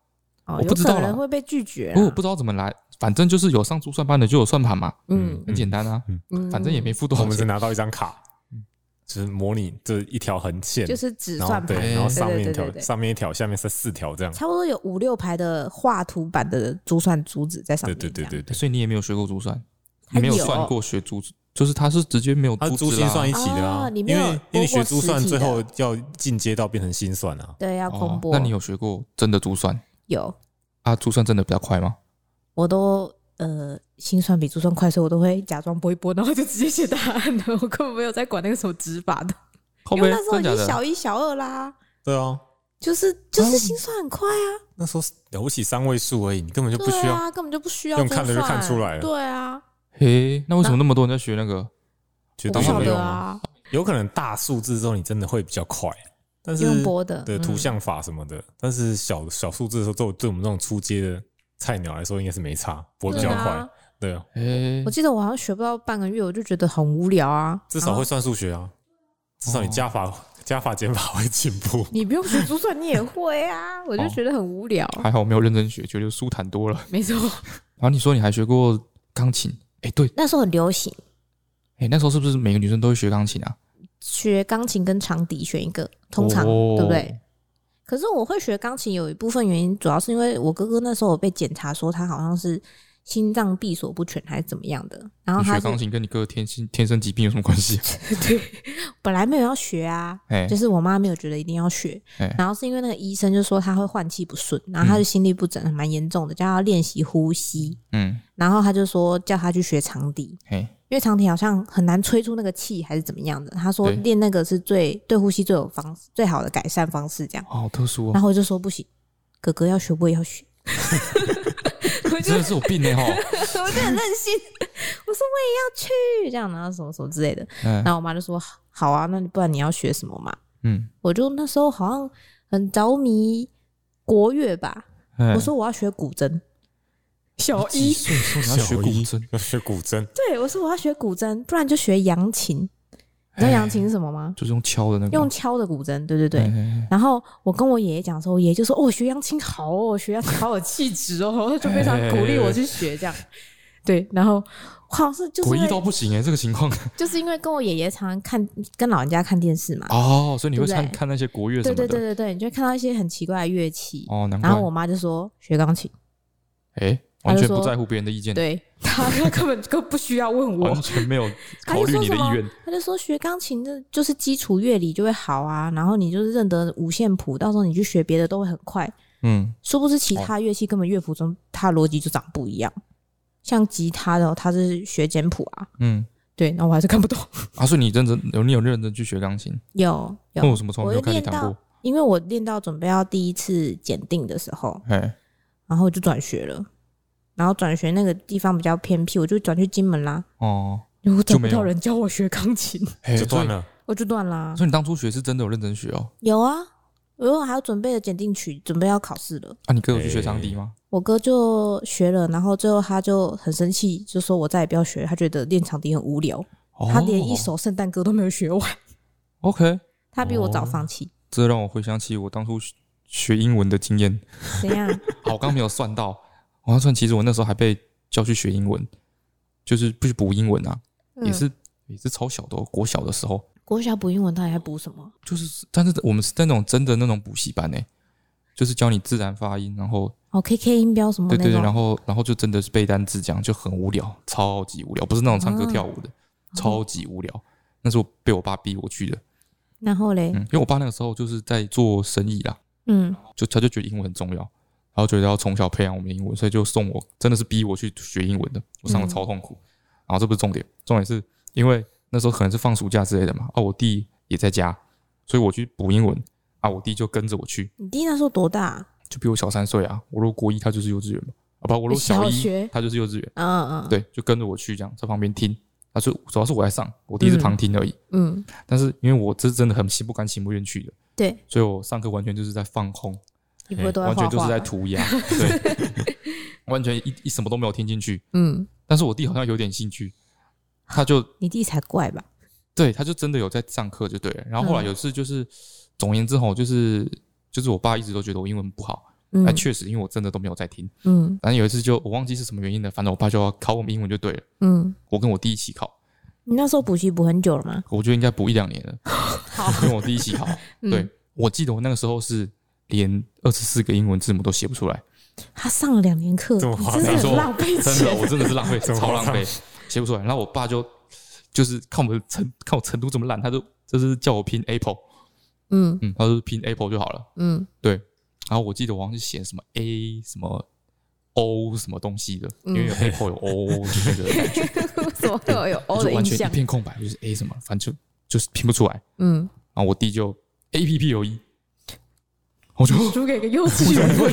我不知道有可能会被拒绝， 我不知道怎么来，反正就是有上珠算班的就有算盘嘛，很简单啊，反正也没付多少钱。 我们是拿到一张卡，就是模拟这一条横线， 就是纸算盘， 然后上面一条，上面一条，下面是4条这样， 差不多有5、6排的画图版的珠算珠子在上面。 对， 所以你也没有学过珠算，你没有算过学珠子，就是他是直接没有珠子啦， 珠心算一起的啊， 因为你学珠算最后要进阶到变成心算啊， 对，要空拨。 那你有学过真的珠算？ 有啊，珠算真的比较快吗？ 我都心算比珠算快，所以我都会假装拨一拨，然后就直接写答案了。我根本没有在管那个什么指法的，因为那时候已经小1、小2啦。 对啊， 就是心算很快啊。 那时候了不起3位数而已，你根本就不需要， 根本就不需要用看的就看出来了。 对啊， 嘿，那为什么那么多人在学那个？ 我不晓得啊， 有可能大数字之后你真的会比较快。但是用拨的， 对图像法什么的，但是小数字的时候，对我们这种初阶的菜鸟来说，应该是没差，拨比较快。对啊， 我记得我好像学不到半个月，我就觉得很无聊啊。 至少会算数学啊，至少你加法减法会进步。 你不用学珠算，你也会啊。我就觉得很无聊。 还好我没有认真学，觉得舒坦多了。 没错。 然后你说你还学过钢琴？对， 那时候很流行。 那时候是不是每个女生都会学钢琴啊？ 学钢琴跟长笛选一个，通常、对不对？可是我会学钢琴有一部分原因，主要是因为我哥哥那时候有被检查说他好像是心脏闭锁不全还是怎么样的。然后他学钢琴跟你哥天生疾病有什么关系？ 对，本来没有要学啊，就是我妈没有觉得一定要学，然后是因为那个医生就说他会换气不顺，然后他就心律不整，蛮严重的，叫他练习呼吸。然后他就说叫他去学长笛。因为长笛好像很难吹出那个气，还是怎么样的？他说练那个是对呼吸最好的改善方式，这样。 好特殊哦。 然后我就说不行，哥哥要学，我也要学。 真的是有病哈！ 我就很任性，我说我也要去，这样然后什么什么之类的。然后我妈就说好啊，那不然你要学什么嘛？我就那时候好像很着迷国乐吧，我说我要学古筝。小一， 你要学古筝， 要学古筝。 对，我说我要学古筝，不然就学扬琴。你知道扬琴是什么吗？ 就是用敲的那个， 用敲的古筝。对。然后我跟我爷爷讲的时候，我爷爷就说：“哦，学扬琴好哦，学扬琴好有气质哦。”他就非常鼓励我去学这样。对，然后好像是就是诡异到不行这个情况， 就是因为跟我爷爷常常跟老人家看电视嘛。 所以你会看那些国乐什么的。 对，你就会看到一些很奇怪的乐器。 难怪。 然后我妈就说学钢琴。 完全不在乎别人的意见， 对他根本不需要问我， 完全没有考虑你的意愿。 他就说学钢琴就是基础乐理就会好啊，然后你就是认得五线谱，到时候你去学别的都会很快。殊不知其他乐器根本乐谱中它的逻辑就长不一样。像吉他的他是学简谱啊，对，那我还是看不懂。 所以你有认真去学钢琴？ 有。 那我什么从来没有看你弹过？ 因为我练到准备要第一次检定的时候，然后就转学了。然后转学那个地方比较偏僻，我就转去金门啦。因为我找不到人教我学钢琴， 就断了。 我就断啦。 所以你当初学是真的有认真学哦？ 有啊，我还要准备了检定曲，准备要考试了。 你哥有去学长笛吗？ 我哥就学了，然后最后他就很生气，就说我再也不要学，他觉得练长笛很无聊。他连一首圣诞歌都没有学完。 OK， 他比我早放弃。 这让我回想起我当初学英文的经验。 怎样？ 我刚没有算到。我要算，其实我那时候还被叫去学英文，就是不去补英文啊，也是超小的国小的时候。 国小补英文，他还补什么？ 但是我们是在那种真的那种补习班就是教你自然发音，然后 KK 音标什么的那种。 对，然后就真的是背单字，这样就很无聊，超级无聊，不是那种唱歌跳舞的，超级无聊。那是我被我爸逼我去的。 然后嘞， 因为我爸那个时候就是在做生意啦，他就觉得英文很重要。然后觉得要从小培养我们英文，所以就送我，真的是逼我去学英文的。我上的超痛苦。然后这不是重点，重点是因为那时候可能是放暑假之类的嘛，我弟也在家，所以我去补英文我弟就跟着我去。 你弟那时候多大？ 就比我小3岁啊。我如果国一，他就是幼稚园嘛。我如果小一，他就是幼稚园。对，就跟着我去这样，在旁边听。主要是我在上，我弟是旁听而已。但是因为我这真的很心不甘情不愿去的，对，所以我上课完全就是在放空。完全就是在涂鸦，对，完全一什么都没有听进去。但是我弟好像有点兴趣， 你弟才怪吧？ 对，他就真的有在上课就对了。然后后来有次就是，总而言之就是我爸一直都觉得我英文不好， 确实因为我真的都没有在听。反正有一次我忘记是什么原因了，反正我爸就要考我们英文就对了。我跟我弟一起考。 你那时候补习补很久了吗？ 我觉得应该补1-2年了。好，跟我弟一起考。对，我记得我那个时候是连24个英文字母都写不出来。 他上了2年课，你真的很浪费钱。 真的，我真的是浪费，超浪费，写不出来。然后我爸就是看我程度这么烂，他就是叫我拼 Apple。他说拼 Apple 就好了。对。然后我记得我好像是写什么 A 什么 O 什么东西的，因为有 Apple 有 O 就那个感觉。 为什么会有 O 的印象？ 就完全一片空白，就是 A 什么，反正就是拼不出来。然后我弟就 APPLE， 我就输给一个幼稚园。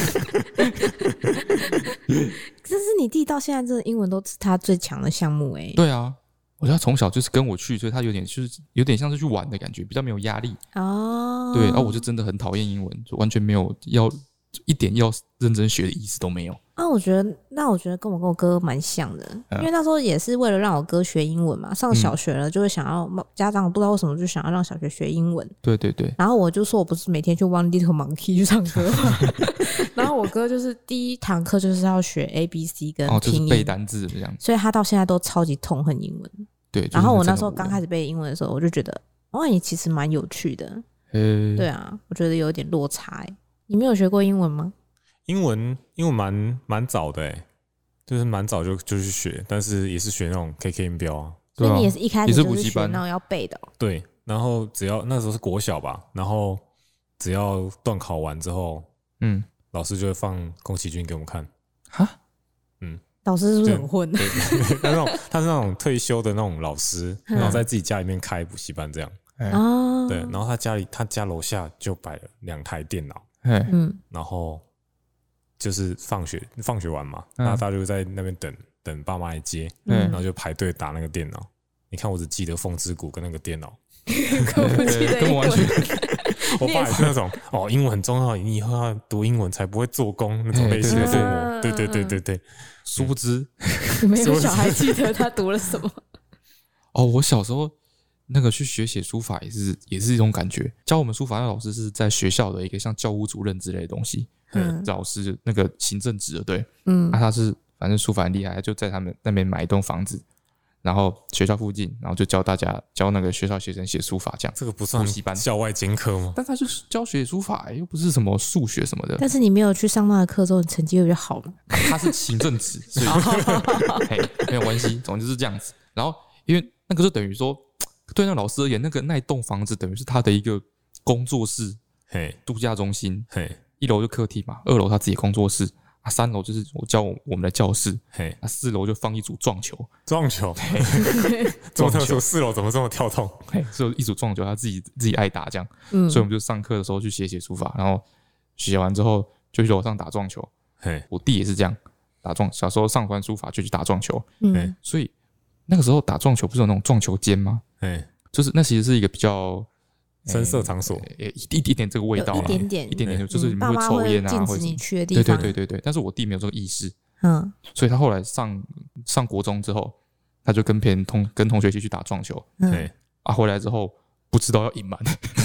这是你弟到现在这英文都是他最强的项目欸。 对啊，我觉得他从小就是跟我去，所以他有点像是去玩的感觉，比较没有压力。对，然后我就真的很讨厌英文，就完全没有一点要认真学的意思都没有。我觉得跟我哥蛮像的，因为那时候也是为了让我哥学英文嘛，上小学了就会想要家长不知道为什么就想要让小学学英文。 对对对。 然后我就说我不是每天去 One Little Monkey 去唱歌吗？然后我哥就是第一堂课就是要学 ABC 跟拼音， 就是背单字这样， 所以他到现在都超级痛恨英文。 对。 然后我那时候刚开始背英文的时候，我就觉得你其实蛮有趣的。对啊，我觉得有点落差。你没有学过英文吗？ 英文蛮早的就是蛮早就去学，但是也是学那种 KK 音标啊。 所以你也是一开始就是学那种要背的。 对，然后只要那时候是国小吧，然后只要段考完之后，老师就会放宫崎骏给我们看。哈？ 老师是不是很混？ 对，他是那种退休的那种老师，然后在自己家里面开补习班这样。对，然后他家楼下就摆了2台电脑。然后就是放学完嘛，那大家就在那边等爸妈来接，然后就排队打那个电脑。你看，我只记得风之谷跟那个电脑， 跟我完全。 我爸也是那种英文很重要，你以后要读英文才不会做工那种类型的父母。对， 殊不知没有小孩记得他读了什么。 我小时候那个去学写书法也是一种感觉。教我们书法的老师是在学校的一个像教务主任之类的东西。老师那个行政职的，对。他是反正书法很厉害，就在他们那边买一栋房子，然后学校附近，然后就教那个学校学生写书法这样。 这个不算校外兼课吗？ 但他是教学书法，又不是什么数学什么的。 但是你没有去上那个课之后，你成绩会比较好吗？ 他是行政职，所以没有关系，总之是这样子。然后因为那个就等于说，对那个老师而言，那一栋房子等于是他的一个工作室、度假中心。1楼就客厅嘛，2楼他自己工作室，3楼就是我们的教室，4楼就放一组撞球，这么特殊，4楼怎么这么跳动？ 所以一组撞球，他自己爱打这样，所以我们就上课的时候去写书法，然后写完之后就去楼上打撞球。我弟也是这样小时候上完书法就去打撞球，所以那个时候打撞球不是有那种撞球间吗？就是那其实是一个比较深色场所， 一点这个味道啦，一点点，就是你们会抽烟啊，或者你去的地方。 对。但是我弟没有这个意识，所以他后来上国中之后，他就跟同学一起去打撞球，回来之后不知道要隐瞒，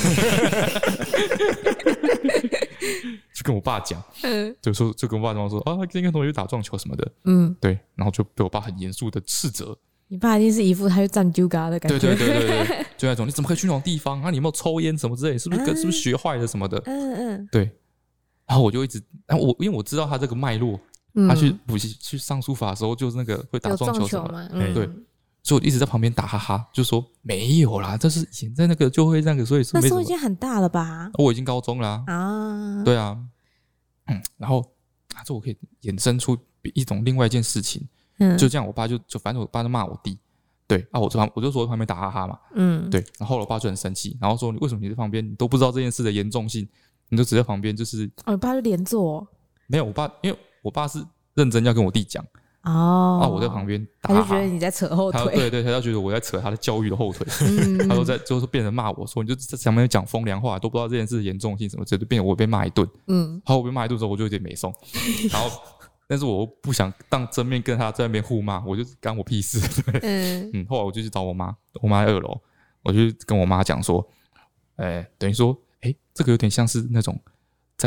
就跟我爸讲，就跟我爸说他今天跟同学去打撞球什么的，对，然后就被我爸很严肃的斥责。 你爸一定是一副他就站丢嘎的感觉， 对，就那种你怎么可以去那种地方啊？你有没有抽烟什么之类？是不是学坏了什么的？对。然后我就一直，因为我知道他这个脉络，他去补习去上书法的时候，就是那个会打撞球什么，对，所以我一直在旁边打哈哈，就说没有啦，这是以前在那个就会那个，所以是那时候已经很大了吧？ 我已经高中啦，对啊，然后这我可以衍生出另外一件事情。就这样，我爸就反正我爸就骂我弟，对啊，我就说旁边打哈哈嘛，对，然后我爸就很生气，然后说为什么你在旁边，你都不知道这件事的严重性，你就只在旁边就是你爸就连坐没有，因为我爸是认真要跟我弟讲我在旁边打哈哈， 他就觉得你在扯后腿， 对，他就觉得我在扯他的教育的后腿，他就就是变成骂我说你就在旁边讲风凉话，都不知道这件事的严重性什么，就变成我被骂一顿，然后我被骂一顿之后，我就有点没送，然后。但是我不想当正面跟他在那边互骂，我就干我屁事。后来我就去找我妈在2楼，我就跟我妈讲说，等于说，这个有点像是那种在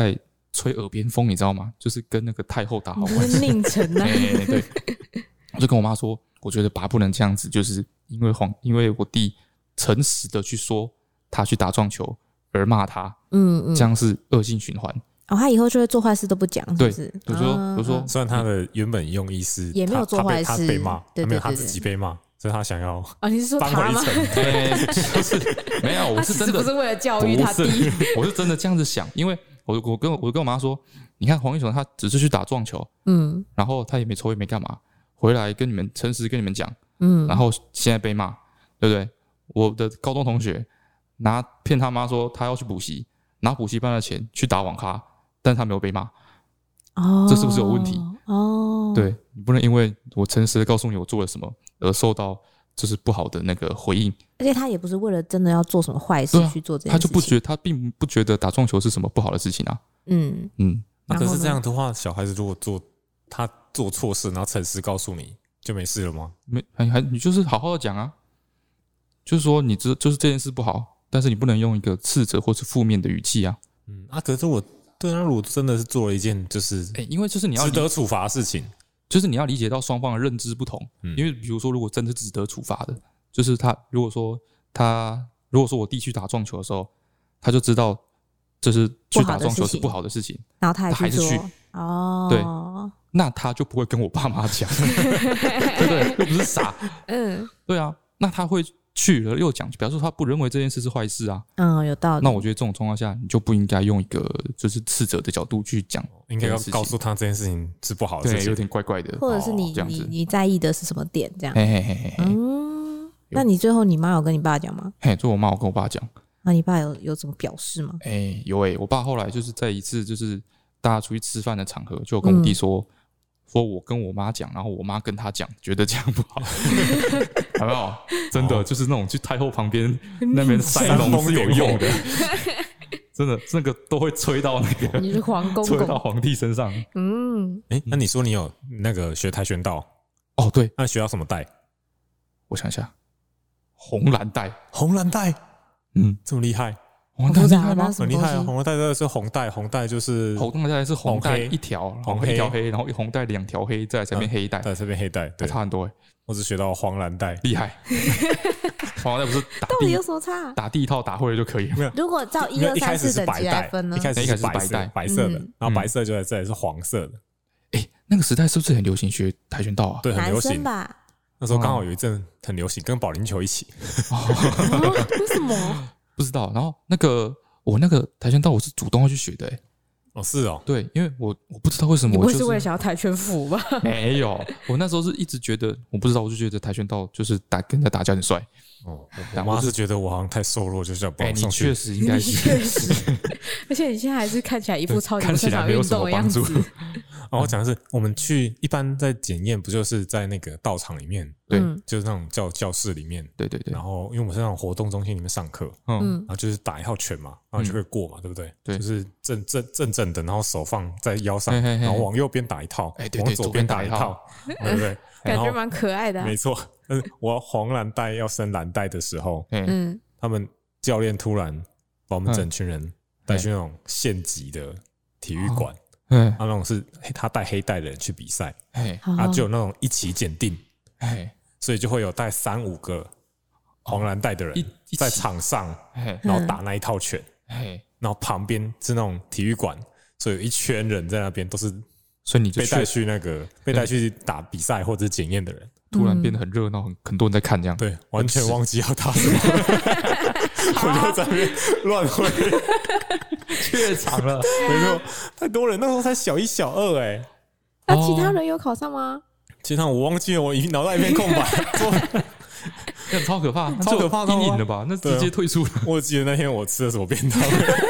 吹耳边风，你知道吗？就是跟那个太后打好关系。 宁臣啊， 对，我就跟我妈说，我觉得爸不能这样子，就是因为我弟诚实的去说他去打撞球而骂他，这样是恶性循环。 他以后就会做坏事都不讲，是不是？ 对，比如说， 虽然他的原本用意是也没有做坏事， 他被骂，没有他自己被骂，所以他想要你是说他吗？ 就是没有，我是真的不是为了教育他弟， 我是真的这样子想，因为我跟我妈说，你看黄英雄他只是去打撞球，然后他也没抽也没干嘛，回来跟你们诚实跟你们讲，然后现在被骂，对不对？我的高中同学骗他妈说他要去补习，拿补习班的钱去打网咖。但他没有被骂，这是不是有问题？对，你不能因为我诚实的告诉你我做了什么而受到就是不好的那个回应。 而且他也不是为了真的要做什么坏事去做这件事情， 他并不觉得打撞球是什么不好的事情啊。 可是这样的话，小孩子如果他做错事，然后诚实告诉你，就没事了吗？ 你就是好好的讲啊，就是说就是这件事不好，但是你不能用一个斥责或是负面的语气啊。 可是对啊，如果真的是做了一件就是因为就是你要值得处罚的事情， 就是你要理解到双方的认知不同。因为比如说，如果真的是值得处罚的，就是如果说我弟去打撞球的时候，他就知道就是去打撞球是不好的事情， 然后他还是去对，那他就不会跟我爸妈讲，对不对？又不是傻，对啊，那他会去了又讲，表示他不认为这件事是坏事啊。 有道理。 那我觉得这种状况下，你就不应该用一个就是斥责的角度去讲， 应该要告诉他这件事情是不好的事情， 对，有点怪怪的， 或者是你在意的是什么点这样。那你最后你妈有跟你爸讲吗？ 最后我妈有跟我爸讲。 那你爸有怎么表示吗？ 有我爸后来就是在一次就是大家出去吃饭的场合，就跟我弟说我跟我妈讲，然后我妈跟他讲，觉得这样不好，有没有？真的就是那种去太后旁边那边塞龙是有用的，真的那个都会吹到那个， 你是皇公公， 吹到皇帝身上。 那你说你有那个学跆拳道？ 对， 那学到什么带？ 我想一下，红蓝带，这么厉害。 红带厉害吗？ 很厉害啊！红蓝带真的是红带就是红带是红带一条，红黑一条黑，然后红带2条黑，再这边黑带， 在这边黑带，对， 差很多。 我只学到黄蓝带， 厉害。黄蓝带不是到底有什么差？ 打第一套打会了就可以了。 如果照1、2、3、4等级来分呢？ 一开始是白色的，然后白色就在这里是黄色的。 那个时代是不是很流行学跆拳道啊？ 对，很流行吧。 那时候刚好有一阵很流行，跟保龄球一起。 为什么？ 不知道。然后我那个跆拳道我是主动要去学的。 是哦， 对，因为我不知道为什么， 你不会是为了想要跆拳服吧？ 没有，我那时候是一直觉得，我不知道，我就觉得跆拳道就是跟人家打架很帅。 我妈是觉得我好像太瘦弱，就是要帮我上去。 你确实应该是， 而且你现在还是看起来一副超级擅长运动的样子。 我讲的是，我们一般在检验，不就是在那个道场里面， 对， 就是那种教室里面， 对。 然后，因为我们是那种活动中心里面上课，然后就是打一套拳嘛，然后就可以过嘛，对不对？ 对， 就是正的，然后手放在腰上，然后往右边打一套，往左边打一套，对不对？ 感觉蛮可爱的。 没错，但是我黄蓝带要升蓝带的时候，他们教练突然把我们整群人带去那种县级的体育馆。那种是他带黑带的人去比赛，就有那种一起检定，所以就会有带3-5个黄蓝带的人在场上，然后打那一套拳，然后旁边是那种体育馆，所以有一圈人在那边都是， 所以你就被带去打比赛或者是检验的人， 突然变得很热闹，很多人在看这样， 对，完全忘记要打什么，我就在那边乱挥。 怯场了， 没错，太多人，那时候才小1、小2 那其他人有考上吗？ 其他我忘记了，我脑袋一片空白， 超可怕， 超可怕， 阴影了吧？那直接退出了。 我记得那天我吃了什么便当，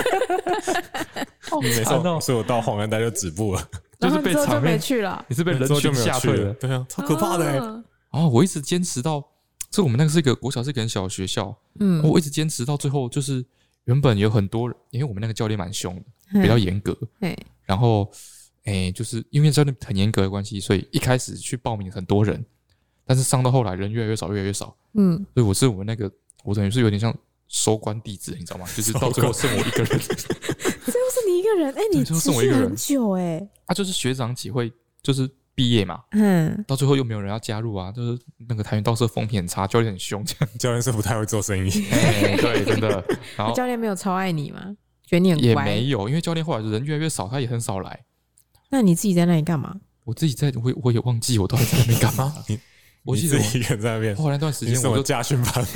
没错，所以我到黄蓝带就止步了， 就是被场面去了， 你是被人群吓退了， 对啊，超可怕的。 我一直坚持到，这我们那个是一个国小是一个很小的学校，我一直坚持到最后就是。原本有很多人，因为我们那个教练蛮凶的，比较严格。然后，就是因为教练很严格的关系，所以一开始去报名很多人，但是上到后来人越来越少，越来越少。所以我们那个，我等于是有点像收官弟子，你知道吗？就是到最后剩我一个人。 这又是你一个个人，你持续很久就是学长姐会就是毕业嘛，到最后又没有人要加入啊，就是那个跆拳道社风评很差，教练很凶，这样教练是不太会做生意， 对，真的。然后教练没有超爱你吗？觉得你很乖？ 也没有，因为教练后来人越来越少，他也很少来。 那你自己在那里干嘛？ 我自己我也忘记我到底在那边干嘛。 我记得一个人在那边。 后来那段时间我就驾训班了，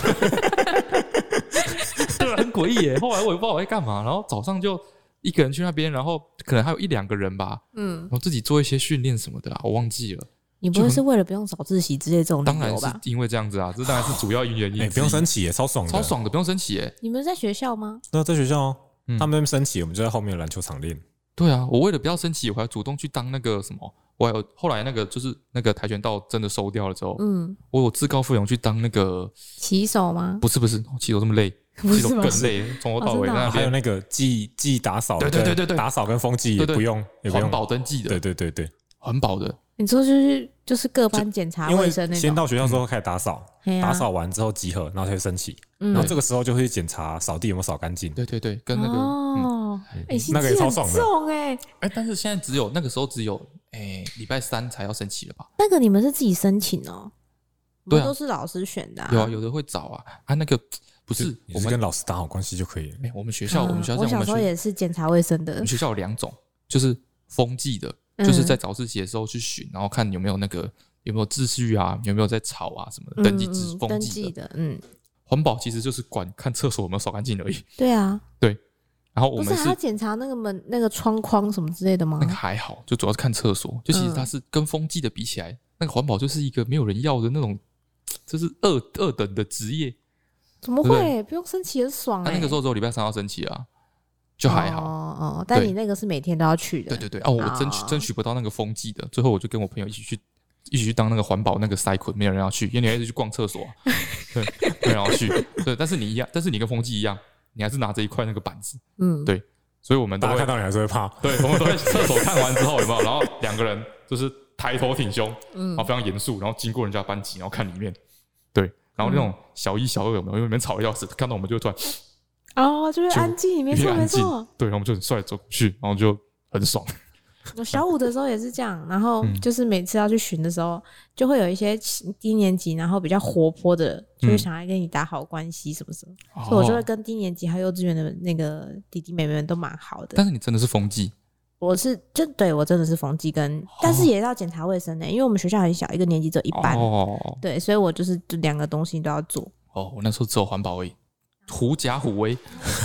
对，很诡异耶。后来我也不知道我在干嘛，然后早上就一个人去那边，然后可能还有1-2个人吧，然后自己做一些训练什么的啦，我忘记了。 你不会是为了不用早自习之类这种理由吧？ 当然是因为这样子啊，这当然是主要原因。 不用升旗耶，超爽的， 超爽的，不用升旗耶。 你们在学校吗？ 对，在学校哦。他们升旗，我们就在后面的篮球场练。 对啊，我为了不要升旗，我还主动去当那个什么，我还有后来那个就是那个跆拳道真的收掉了之后，我有自告奋勇去当那个骑手吗？ 不是，骑手这么累，骑手更累，从头到尾在那边。 还有那个记打扫， 对， 打扫跟风纪也不用环保登记的， 对， 环保的。 你说就是各班检查卫生那种，因为先到学校之后开始打扫，打扫完之后集合，然后才升旗，然后这个时候就会检查扫地有没有扫干净。 对，跟那个那个也超爽的。 但是现在那个时候只有礼拜3才要升旗了吧？ 那个你们是自己申请哦？ 对啊， 都是老师选的。 有的会找啊，那个不是我们跟老师打好关系就可以了。 我们学校我小时候也是检查卫生的。 我们学校有2种，就是风纪的。就是在早自习的时候去巡，然后看有没有秩序啊，有没有在吵啊什么的，登记风纪的。环保其实就是看厕所有没有扫干净而已。 对啊， 对。然后我们不是还要检查那个门、那个窗框什么之类的吗？ 那个还好，就主要是看厕所。就其实它是跟风纪的比起来，那个环保就是一个没有人要的那种，就是二等的职业。 怎么会？不用升旗很爽那个时候只有礼拜3要升旗啊。就还好但你那个是每天都要去的。 对我争取不到那个风纪的，最后我就跟我朋友一起去当那个环保那个塞捆，没有人要去，因为你还是去逛厕所，对，没有人要去。对，但是你跟风纪一样，你还是拿着一块那个板子，对，所以我们都会看到你还是会怕， 对，我们都在厕所看完之后有没有，然后2个人就是抬头挺胸，然后非常严肃，然后经过人家班级，然后看里面，对，然后那种小1、小2有没有，因为里面吵得要死，看到我们就突然。 就会安静，没错。 对，然后我们就很帅走过去，然后就很爽。 我小5的时候也是这样，然后就是每次要去巡的时候，就会有一些低年级，然后比较活泼的，就会想来跟你打好关系什么什么，所以我就会跟低年级还有幼稚园的那个弟弟妹妹们都蛮好的。 但是你真的是风纪？ 对我真的是风纪但是也要检查卫生因为我们学校很小，一个年级只有1班，对，所以我就是2个东西都要做。 我那时候只有环保而已。狐假虎威。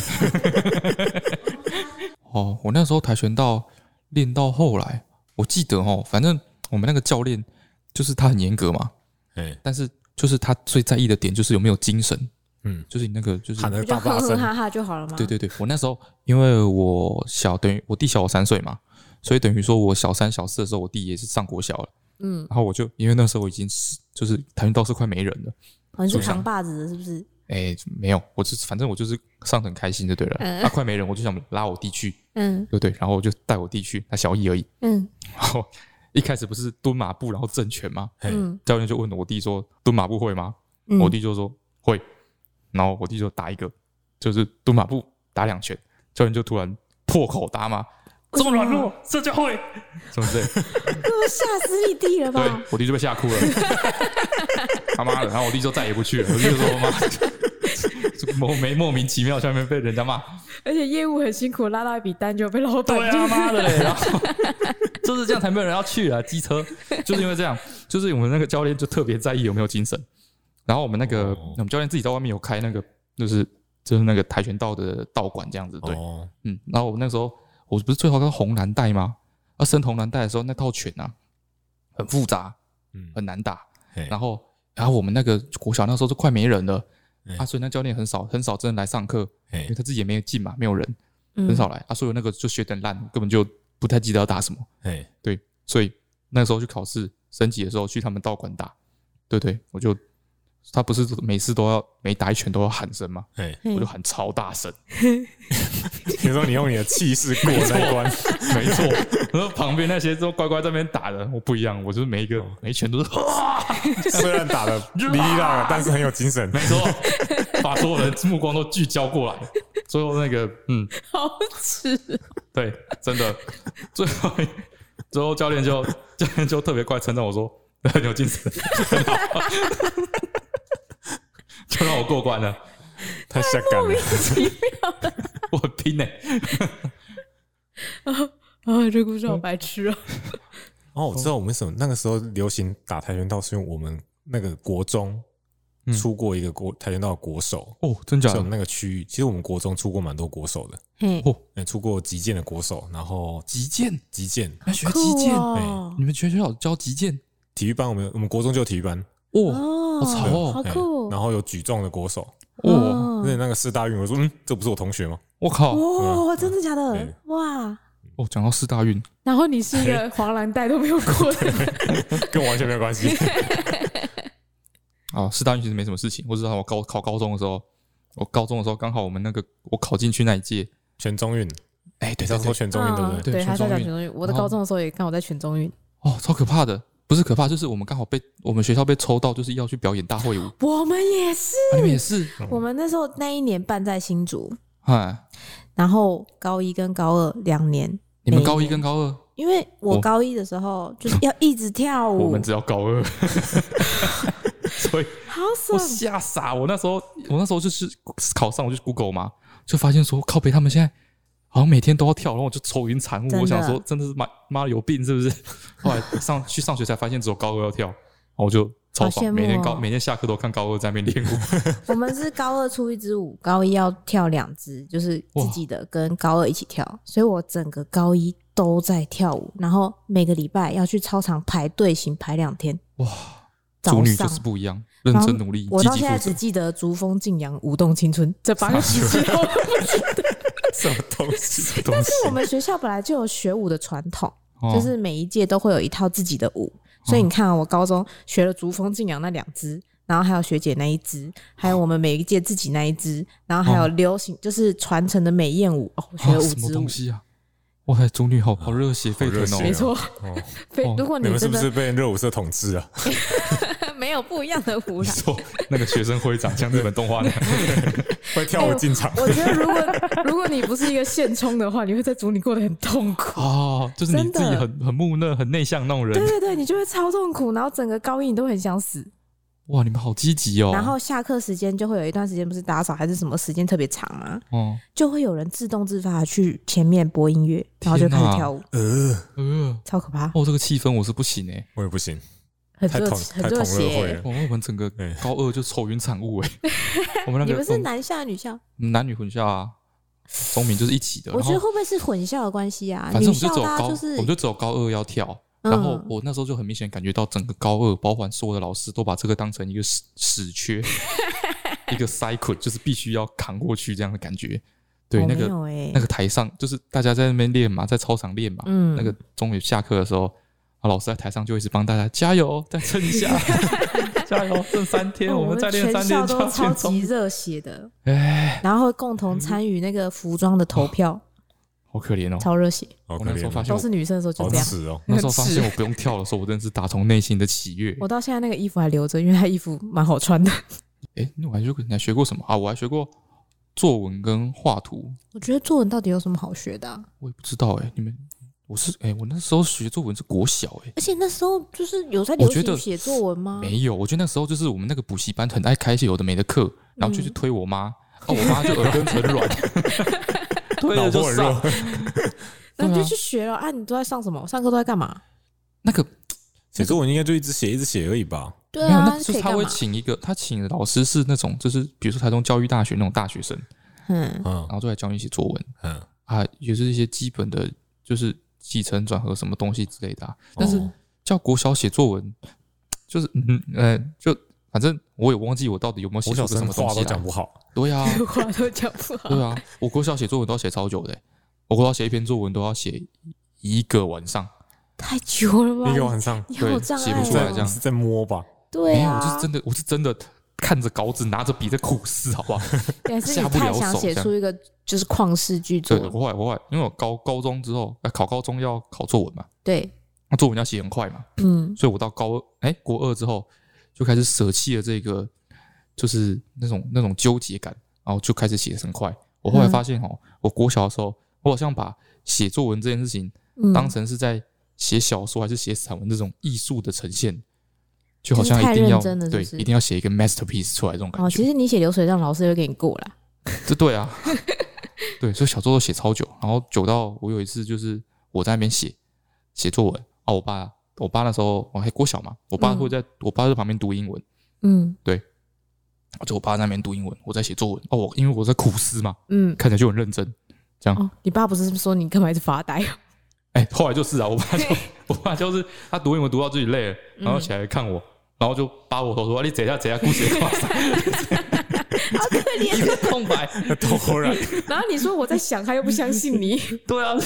我那时候跆拳道练到后来，我记得反正我们那个教练就是他很严格嘛，但是就是他最在意的点就是有没有精神，就是你那个就是喊得大声，哼哈哈就好了吗？ 对，我那时候因为我等于我弟小我3岁嘛，所以等于说我小3、小4的时候，我弟也是上国小了，然后我就因为那时候我已经就是跆拳道是快没人了， 你是扛把子的是不是？ 没有，反正我就是上得很开心就对了。快没人，我就想拉我弟去，对不对？然后我就带我弟去，他小1而已，然后一开始不是蹲马步然后正拳吗？教练就问我弟说蹲马步会吗？我弟就说会，然后我弟就打一个，就是蹲马步打2拳，教练就突然破口大骂。这么软弱，这就会什么之类？ 吓死你弟了吧？ 对，我弟就被吓哭了。他妈的！然后我弟就再也不去了。我弟就说：“妈，莫名其妙下面被人家骂， 而且业务很辛苦，拉到一笔单就被老板对啊妈的嘞！然后就是这样才没有人要去啊，机车就是因为这样，就是我们那个教练就特别在意有没有精神。然后我们教练自己在外面有开那个，就是那个跆拳道的道馆这样子，对，然后我那时候。我不是最后跟红蓝带吗？升红蓝带的时候，那套拳很复杂，很难打。然后我们那个国小那时候就快没人了，所以那教练很少真的来上课，因为他自己也没有进嘛，没有人，很少来。所以那个就学得烂，根本就不太记得要打什么。对，所以那时候去考试升级的时候去他们道馆打，对，他不是每次都要每打一拳都要喊声吗？我就喊超大声。 你说你用你的气势过那关， 没错。然后旁边那些都乖乖在那边打的，我不一样，我就是每一拳都是， 虽然打的哩哩啦啦，但是很有精神。 没错，把所有人目光都聚焦过来。 最后那个好耻， 对，真的，最后教练就特别快称赞我说很有精神，很好，就让我过关了， 太下感了， 莫名其妙的， 我很拼这故事好白痴哦。 哦，我知道我们为什么那个时候流行打跆拳道，是因为我们那个国中出过一个跆拳道的国手哦，真假的？ 我们那个区域，其实我们国中出过蛮多国手的，出过击剑的国手，然后击剑， 要学击剑，你们学校教击剑？ 体育班我们国中就有体育班， 好潮哦， 好酷， 然后有举重的国手，那个四大运，我说这不是我同学吗？ 我靠， 真的假的？哇！ 讲到四大运， 然后你是一个黄蓝带都没有过的人， 跟我完全没有关系。 四大运其实没什么事情。我知道我考高中的时候，刚好我们我考进去那一届全中运， 对， 叫做全中运，对不对？ 对，他在讲全中运。我的高中的时候也刚好在全中运。 超可怕的！不是可怕，就是我们刚好我们学校被抽到，就是要去表演大会舞。 我们也是， 你们也是。 我们那时候那一年办在新竹，然后高一跟高二2年。 你们高一跟高二？ 因为我高一的时候就是要一直跳舞， 我们只要高二，所以好爽， 我吓傻。我那时候就是考上，我就 Google 嘛，就发现说靠北他们现在好像每天都要跳，然后我就愁云惨雾。我想说真的是妈有病是不是？后来去上学才发现只有高二要跳，然后我就超爽，每天下课都看高二在那边练舞。 我们是高二出一支舞，高一要跳2支，就是自己的跟高二一起跳，所以我整个高一都在跳舞，然后每个礼拜要去操场排队形排2天。 哇，主女就是不一样，认真努力， 我到现在只记得竹风敬阳舞动青春这8个字之后， 什么东西？ 但是我们学校本来就有学舞的传统，就是每一届都会有一套自己的舞。所以你看我高中学了竹风敬阳那2支，然后还有学姐那1支，还有我们每一届自己那1支，然后还有流行就是传承的美艳舞，我学了5支舞。 什么东西啊？哇，主女好热血沸腾哦！ 没错，如果你们是不是被热舞社统治啊？ 没有不一样的舞啦。 你说那个学生会长像日本动画那样会跳舞进场。 我觉得如果你不是一个现充的话，你会在组里过得很痛苦就是你自己很木讷、很内向那种人。 对对对，你就会超痛苦，然后整个高一你都很想死。 哇，你们好积极哦！ 然后下课时间就会有一段时间，不是打扫还是什么时间特别长吗？就会有人自动自发去前面播音乐，然后就开始跳舞。超可怕！ 这个气氛我是不行我也不行， 很热血。 我们整个高二就愁云惨雾我们那个你们是男校女校？ 男女混校啊，中明就是一起的。 我觉得会不会是混校的关系啊？ 反正我们就只有高二要跳。然后我那时候就很明显感觉到整个高二，包含所有的老师都把这个当成一个死缺，一个 cycle， 就是必须要扛过去这样的感觉。对，那个台上就是大家在那边练嘛，在操场练嘛。那个终于下课的时候，老师在台上就一直帮大家加油，再撑一下，加油，剩3天，我们再练3天。 全校都超级热血的，然后会共同参与那个服装的投票。 好可怜哦， 超热血！ 我那时候发现都是女生的时候就这样。 那时候发现我不用跳的时候，我真的是打从内心的喜悦。 我到现在那个衣服还留着，因为它衣服蛮好穿的。 你还学过什么啊？我还学过作文跟画图。 我觉得作文到底有什么好学的？ 我也不知道你们，我那时候学作文是国小而且那时候就是有在流行写作文吗？ 没有，我觉得那时候就是我们那个补习班很爱开一些有的没的课，然后就去推我妈，我妈就耳根很软。推了就上， 那你就去学了你都在上什么？上课都在干嘛？ 那个写作文应该就一直写而已吧？ 对啊， 那就是他会请的老师是那种，就是比如说台中教育大学那种大学生，然后就来教你写作文，也是一些基本的，就是起承转合什么东西之类的。但是叫国小写作文，就是就反正我也忘记我到底有没有写出个什么东西来。 话都讲不好。 对啊， 话都讲不好。 对啊，我国小写作文都要写超久的。我国小写一篇作文都要写1个晚上， 太久了吧 ？1个晚上， 对， 写不出来这样是在摸吧？ 对啊， 我是真的看着稿纸，拿着笔在苦思，好不好？ 下不了手，想写出一个就是旷世巨作。 对，我后来因为我高中之后，考高中要考作文嘛， 对， 那作文要写很快嘛，所以我到国二之后就开始舍弃了这个。就是那种纠结感，然后就开始写得很快。 我后来发现我国小的时候，我好像把写作文这件事情当成是在写小说还是写散文这种艺术的呈现，就好像一定要对，一定要写一个 masterpiece 出来这种感觉。 其实你写流水账，老师会给你过啦。 这对啊，对，所以小时候都写超久，然后久到我有一次就是我在那边写作文啊，我爸那时候我还国小嘛，我爸在旁边读英文，对，就我爸在那边读英文，我在写作文因为我在苦思嘛，看起来就很认真，这样。 你爸不是说你干嘛一直发呆？ 后来就是啊，我爸就是他读英文读到自己累了，然后起来看我，然后就扒我头说：“你怎样故事夸啥？” 好可怜， 一个空白， 突然。 然后你说我在想，他又不相信你。 对啊，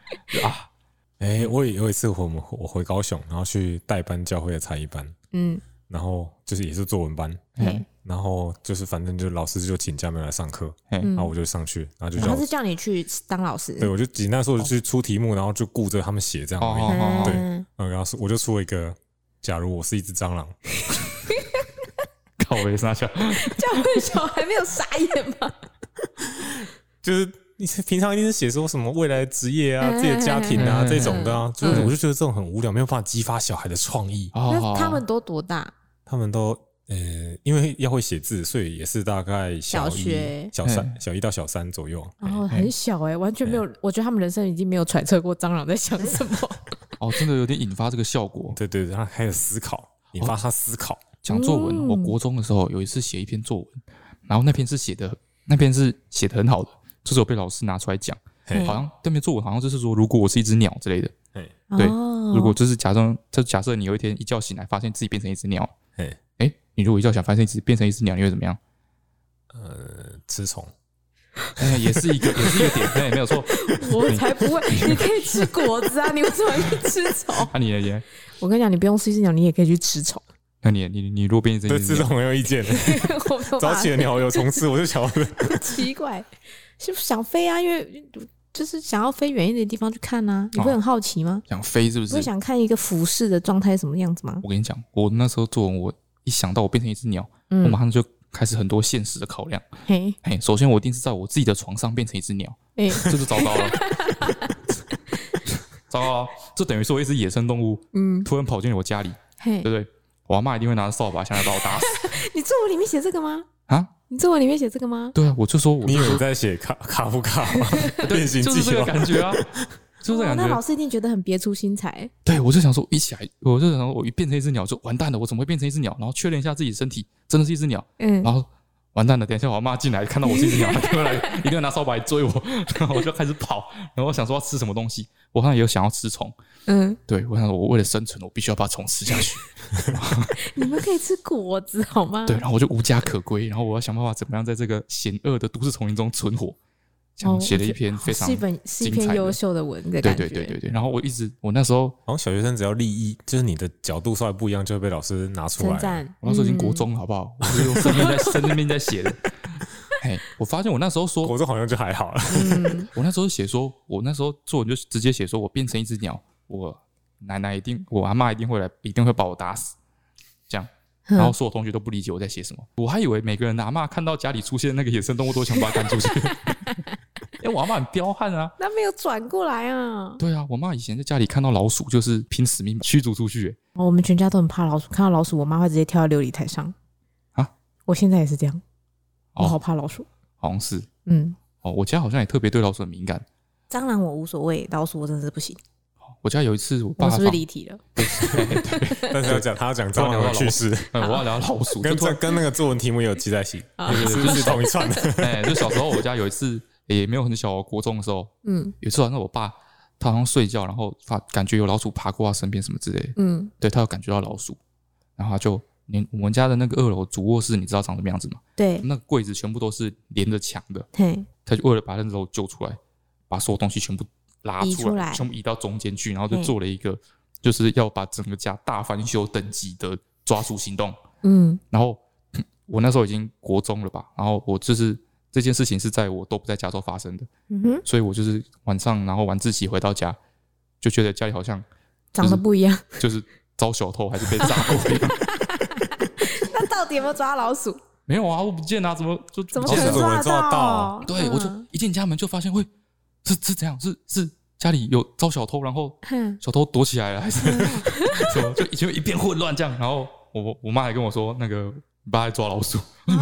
我有一次我回高雄，然后去代班教会的才艺班，然后就是也是作文班，然后就是反正就老师就请假没有来上课，然后我就上去，然后就他是叫你去当老师， 对，我就那时候就去出题目，然后就顾着他们写这样而已，对，然后我就出了一个，假如我是一只蟑螂。 靠我傻笑， 教会小孩没有傻眼吗？ 就是你平常一定是写说什么未来的职业啊、自己的家庭啊这种的啊，就是我就觉得这种很无聊，没有办法激发小孩的创意。 那他们都多大？ 他们都因为要会写字，所以也是大概小一到小三左右。 很小完全没有，我觉得他们人生已经没有揣测过蟑螂在想什么。 真的有点引发这个效果。 对对对，他还有思考，引发他思考。 讲作文，我国中的时候有一次写一篇作文，然后那篇是写的很好的，就是我被老师拿出来讲，好像那篇作文好像就是说，如果我是一只鸟之类的，对，如果就是假设你有一天一觉醒来，发现自己变成一只鸟，你如果一觉醒发现自己变成一只鸟，你会怎么样？ 吃虫。 也是一个点，没有错。 我才不会，你可以吃果子啊，你为什么去吃虫？ 你呢？ 我跟你讲，你不用吃一只鸟，你也可以去吃虫。 那你如果变成一只鸟， 对吃虫很有意见。早起的鸟有虫吃，我就晓得。 奇怪，是不是想飞啊？因为就是想要飞远一点的地方去看啊，你会很好奇吗？ 想飞是不是？ 会想看一个俯视的状态什么样子吗？ 我跟你讲，我那时候作文，我一想到我变成一只鸟，我马上就开始很多现实的考量。首先我一定是在我自己的床上变成一只鸟，这就糟糕了。糟糕，这等于说一只野生动物，突然跑进我家里，对不对？我阿嬷一定会拿着扫把，想要把我打死。 你作文里面写这个吗？你作文里面写这个吗？ 对啊，我就说， 你以为在写卡夫卡吗？变形记就是这个感觉啊，就是这个感觉。 那老师一定觉得很别出心裁。 对，我就想说，我就想说，我一变成一只鸟就完蛋了，我怎么会变成一只鸟？然后确认一下自己身体真的是一只鸟，然后完蛋了，等一下我阿嬷进来看到我是一只鸟，一个人拿扫把来追我，然后我就开始跑，然后我想说要吃什么东西，我好像也有想要吃虫，对，我想说我为了生存，我必须要把虫吃下去。 你们可以吃果子好吗？ 对，然后我就无家可归，然后我要想办法怎么样在这个险恶的都市丛林中存活。写了一篇非常是一篇优秀的文的感觉。 对。然后我那时候好像小学生只要立意，就是你的角度稍微不一样，就会被老师拿出来。 我那时候已经国中，好不好？我是用生面在写的。我发现我那时候说国中好像就还好了。 我那时候写说，我那时候作文就直接写说，我变成一只鸟，我阿嬷一定会把我打死，这样。然后所有同学都不理解我在写什么，我还以为每个人的阿嬷看到家里出现那个野生动物都想把它赶出去。因为我阿嬷很彪悍啊， 那没有转过来啊。 对啊，我妈以前在家里看到老鼠就是拼死命驱逐出去。 我们全家都很怕老鼠，看到老鼠我妈会直接跳到流理台上啊。我现在也是这样，我好怕老鼠。 好像是，我家好像也特别对老鼠很敏感。 蟑螂我无所谓，老鼠我真的是不行。 我家有一次我爸我是不是离题了？ 对，但是他要讲蟑螂的趣事， 我要聊老鼠， 跟那个作文题目也有记在一起，是同一串的。 就小时候我家有一次也没有很小，国中的时候，有一次好像我爸他好像睡觉，然后感觉有老鼠爬过他身边什么之类的，对，他有感觉到老鼠，然后他就连我们家的那个2楼主卧室，你知道长什么样子吗？ 对， 那个柜子全部都是连着墙的，他就为了把那楼救出来，把所有东西全部拉出来，全部移到中间去，然后就做了一个就是要把整个家大翻修等级的抓鼠行动。然后我那时候已经国中了吧，然后我就是这件事情是在我都不在家时候发生的，所以我就是晚上然后晚自习回到家，就觉得家里好像长得不一样， 就是遭小偷还是被炸过一样。 那到底有没有抓老鼠？ 没有啊，我不见啊，怎么可能抓得到？ 对，我就一进家门就发现，喂，是怎样？是家里有遭小偷，然后小偷躲起来了，还是什么？就一片混乱这样。然后我妈还跟我说，那个你爸在抓老鼠。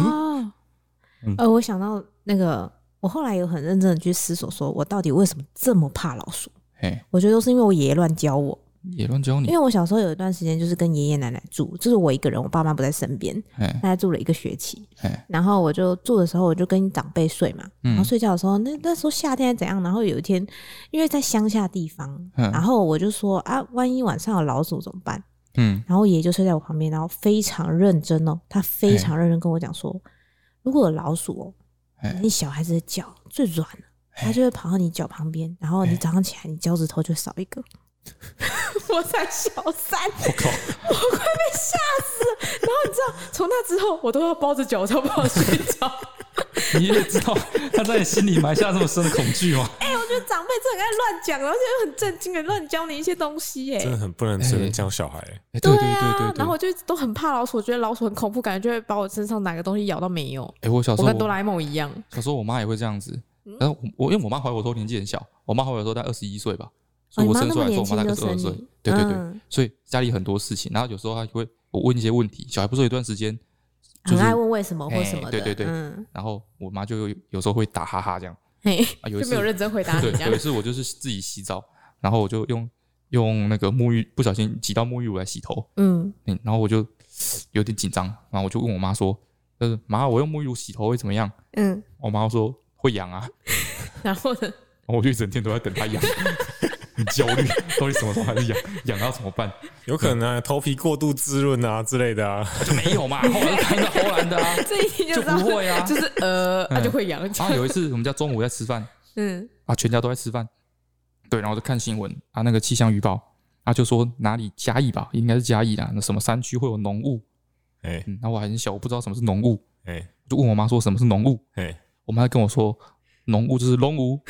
我想到那个，我后来有很认真的去思索，说我到底为什么这么怕老鼠？我觉得都是因为我爷爷乱教我。 也乱教你？ 因为我小时候有一段时间就是跟爷爷奶奶住，就是我一个人，我爸妈不在身边，大概住了1个学期。然后我就住的时候，我就跟长辈睡嘛。然后睡觉的时候，那时候夏天怎样？然后有一天，因为在乡下地方，然后我就说啊，万一晚上有老鼠怎么办？然后爷爷就睡在我旁边，然后非常认真哦，他非常认真跟我讲说，如果有老鼠你小孩子的脚最软了，他就会跑到你脚旁边，然后你早上起来，你脚趾头就少一个。我才小3，我快被吓死了。然后你知道，从那之后我都要包着脚才不好睡着。 你也知道他在你心里埋下这么深的恐惧吗？ 我觉得长辈真的很爱乱讲，而且又很震惊的乱教你一些东西真的很不能随便教小孩。 对啊，然后我就都很怕老鼠，我觉得老鼠很恐怖，感觉就会把我身上哪个东西咬到没有。 我小时候跟哆啦 A 梦一样。 小时候我妈也会这样子，然后因为我妈怀我的时候年纪很小，我妈怀我的时候大概21岁吧。所以我生出来的时候，我妈大概22岁，对，所以家里很多事情，然后有时候她会我问一些问题，小孩不是有一段时间很爱问为什么或什么的， 对，然后我妈就有时候会打哈哈这样， 就没有认真回答你。 有一次我就是自己洗澡，然后我就用那个沐浴不小心挤到沐浴乳来洗头，然后我就有点紧张，然后我就问我妈说，妈，我用沐浴乳洗头会怎么样？我妈说会痒啊， 然后呢？ 我就一整天都在等她痒。很焦虑，到底什么时候还是痒要怎么办？ 有可能头皮过度滋润啊之类的啊， 就没有嘛，后来看到荷兰的啊， 这一题就不会啊， 就是就会痒。 然后有一次我们家中午在吃饭，全家都在吃饭，对，然后就看新闻那个气象预报就说哪里嘉义吧，应该是嘉义啦，那什么山区会有浓雾，然后我还很小，我不知道什么是浓雾，就问我妈说什么是浓雾，我妈跟我说浓雾就是龙雾。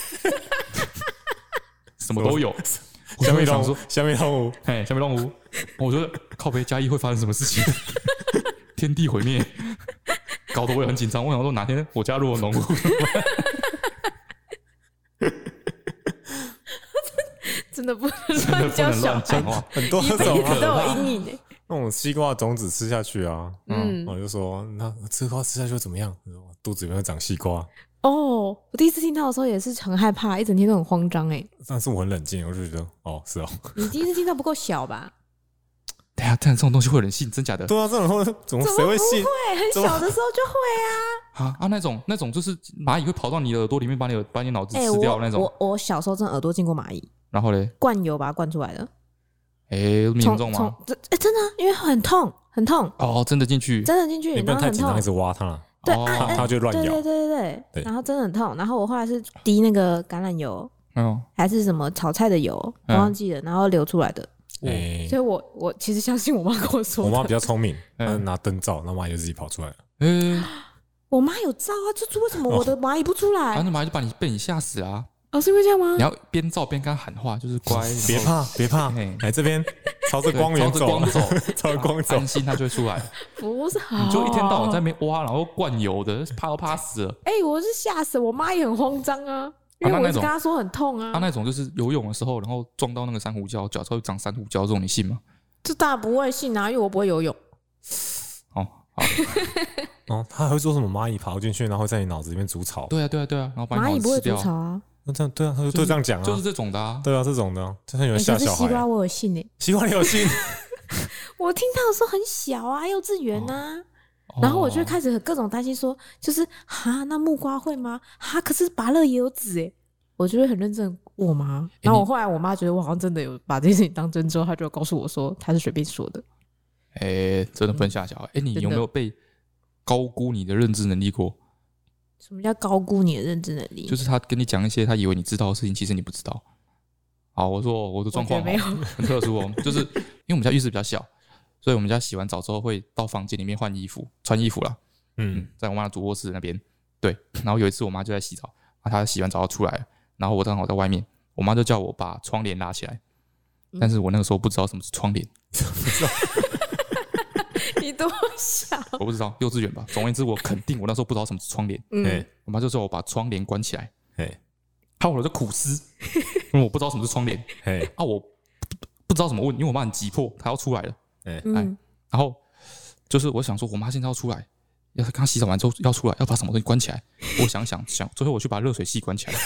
什么都有， 下面动物，下面动物， 下面动物。我觉得靠北嘉义会发生什么事情？天地毁灭，搞得我也很紧张。我想说哪天我家如果浓雾， 真的不能乱教小孩， 很多种都有阴影那种西瓜种子吃下去啊，我就说那西瓜吃下去会怎么样？肚子里面会长西瓜。 我第一次听到的时候也是很害怕，一整天都很慌张但是我很冷静，我就觉得是你第一次听到不够小吧？ 对啊，但这种东西会有人信，真假的？ 对啊，这种怎么谁会信？ 不会，很小的时候就会啊。 那种就是蚂蚁会跑到你的耳朵里面，把你脑子吃掉那种。 我小时候真的耳朵进过蚂蚁， 然后嘞， 灌油把它灌出来的。 严重吗？ 真的，因为很痛，很痛。 真的进去， 你不能太紧张，一直挖它。 对， 它就乱咬。 对，然后真的很痛。然后我后来是滴那个橄榄油，还是什么炒菜的油，我忘记了，然后流出来的。所以我其实相信我妈跟我说的。 我妈比较聪明，她拿灯照，那蚂蚁就自己跑出来了。 我妈有照啊，这为什么我的蚂蚁不出来？ 那蚂蚁就被你吓死了。 是因为这样吗？ 你要边照边跟他喊话，就是乖， 别怕，来这边，朝着光源走，朝着光走， 安心，它就会出来。 不是， 你就一天到晚在那边挖，然后灌油的，怕都怕死了。 我是吓死，我妈也很慌张啊，因为我一直跟她说很痛啊。 那种就是游泳的时候，然后撞到那个珊瑚礁，脚上会长珊瑚礁，这种你信吗？ 这当然不会信啊，因为我不会游泳。 好。他还会说什么蚂蚁跑进去，然后在你脑子里面筑巢？ 对啊，然后把你蚂蚁不会筑巢啊。 对啊，他就这样讲啊， 就是这种的啊。 对啊，这种的，就像有人吓小孩。 西瓜我有信西瓜你有信？ 我听到的时候很小啊，幼稚园啊，然后我就开始各种担心说，就是那木瓜会吗？可是芭乐也有籽我就会很认真问我妈。然后后来我妈觉得我好像真的有把这件事情当真之后，她就告诉我说她是随便说的。 真的不能吓小孩。你有没有被高估你的认知能力过？ 什么叫高估你的认知能力？ 就是他跟你讲一些他以为你知道的事情，其实你不知道。好，我说我的状况很特殊就是因为我们家浴室比较小，所以我们家洗完澡之后会到房间里面换衣服、穿衣服啦。在我妈的主卧室那边。对，然后有一次我妈就在洗澡，她洗完澡要出来了，然后我刚好在外面，我妈就叫我把窗帘拉起来，但是我那个时候不知道什么是窗帘。 你多小？ 我不知道，幼稚园吧。总而言之，我肯定我那时候不知道什么是窗帘。我妈就说我把窗帘关起来。后来我就苦思，因为我不知道什么是窗帘。我不知道怎么问，因为我妈很急迫，她要出来了。然后就是我想说，我妈现在要出来，要刚洗澡完之后要出来，要把什么东西关起来。我想，最后我去把热水器关起来。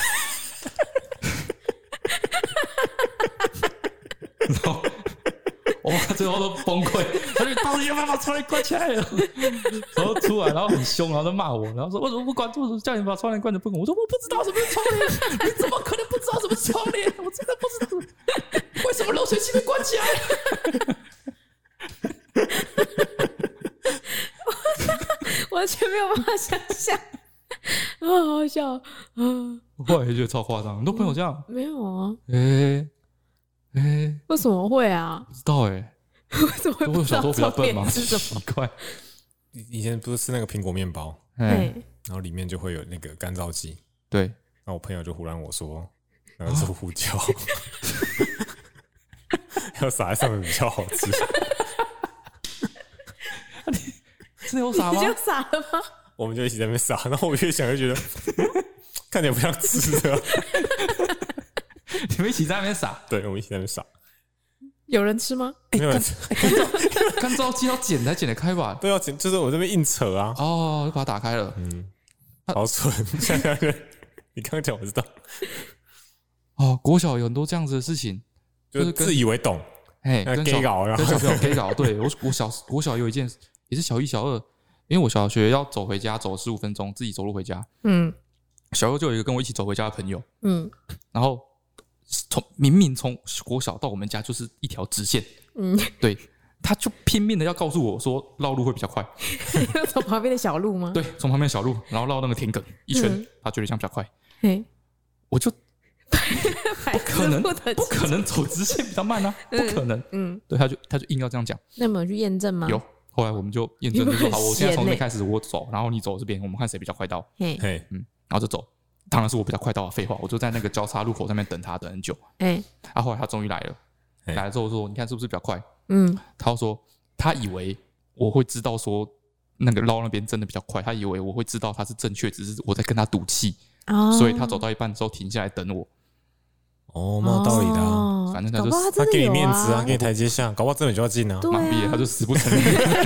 然后我妈最后都崩溃，她就到底有没有把窗帘关起来了？然后出来，然后很凶，然后就骂我，然后说为什么不关？为什么叫你把窗帘关着不关？我说我不知道什么是窗帘，你怎么可能不知道什么是窗帘？我真的不知道，为什么热水器被关起来了？ 完全没有办法想象，好好笑啊！ 我后来也觉得超夸张，很多朋友这样没有啊？为什么会啊？ 不知道为什么会不知道？ 我小时候比较笨吗？ 奇怪。 以前不是吃那个苹果面包，然后里面就会有那个干燥剂。 对， 然后我朋友就忽然我说，那个是胡椒，要撒在上面比较好吃。 真的有撒吗？ 你就撒了吗？ 我们就一起在那边撒，然后我越想越觉得看起来不像吃的。 你们一起在那边撒？ 对，我们一起在那边撒。有人吃吗？ 没有人吃。 干燥剂要剪才剪得开吧？ 对，要剪，就是我这边硬扯啊。 就把它打开了。 好蠢！你刚刚讲我知道。 国小有很多这样子的事情， 就是自以为懂。 跟小朋友 gay 搞。对，我小有一件也是小1、小2，因为我小学要走回家，走15分钟，自己走路回家。小2就有一个跟我一起走回家的朋友。然后明明从国小到我们家就是一条直线。对，他就拼命的要告诉我说绕路会比较快。 从旁边的小路吗？ 对，从旁边的小路，然后绕那个田埂一圈，他觉得这样比较快。我就不可能走直线比较慢啊，不可能。对，他就硬要这样讲。 那你们有去验证吗？ 有，后来我们就验证，就说好，我现在从这边开始我走，然后你走这边，我们看谁比较快到。然后就走。当然是我比较快到，废话，我就在那个交叉路口上面等他，等很久。后来他终于来了，来了之后说：“你看是不是比较快？”他说他以为我会知道说那个绕那边真的比较快，他以为我会知道他是正确，只是我在跟他赌气，所以他走到一半之后停下来等我。 蛮有道理的啊。 反正他给你面子啊，给你台阶下，搞不好真的就要进啊。 忙毕业他就死不承认。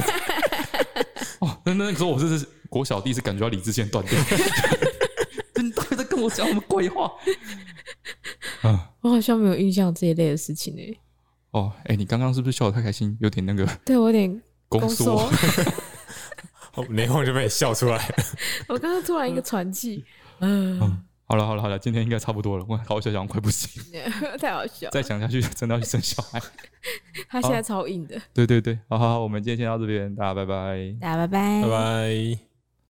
那个时候我是国小第一次感觉到理智线断掉。你到底在跟我讲什么鬼话？ 我好像没有印象这一类的事情你刚刚是不是笑得太开心，有点那个？ 对，我有点宫缩。 雷梦就被你笑出来了。 我刚刚突然一个喘气。 好了，今天应该差不多了。我好想想，快不行， 太好笑了。 再讲下去，真的要去生小孩。 他现在超硬的。 对，好，我们今天先到这边，大家拜拜。 大家拜拜， 拜拜。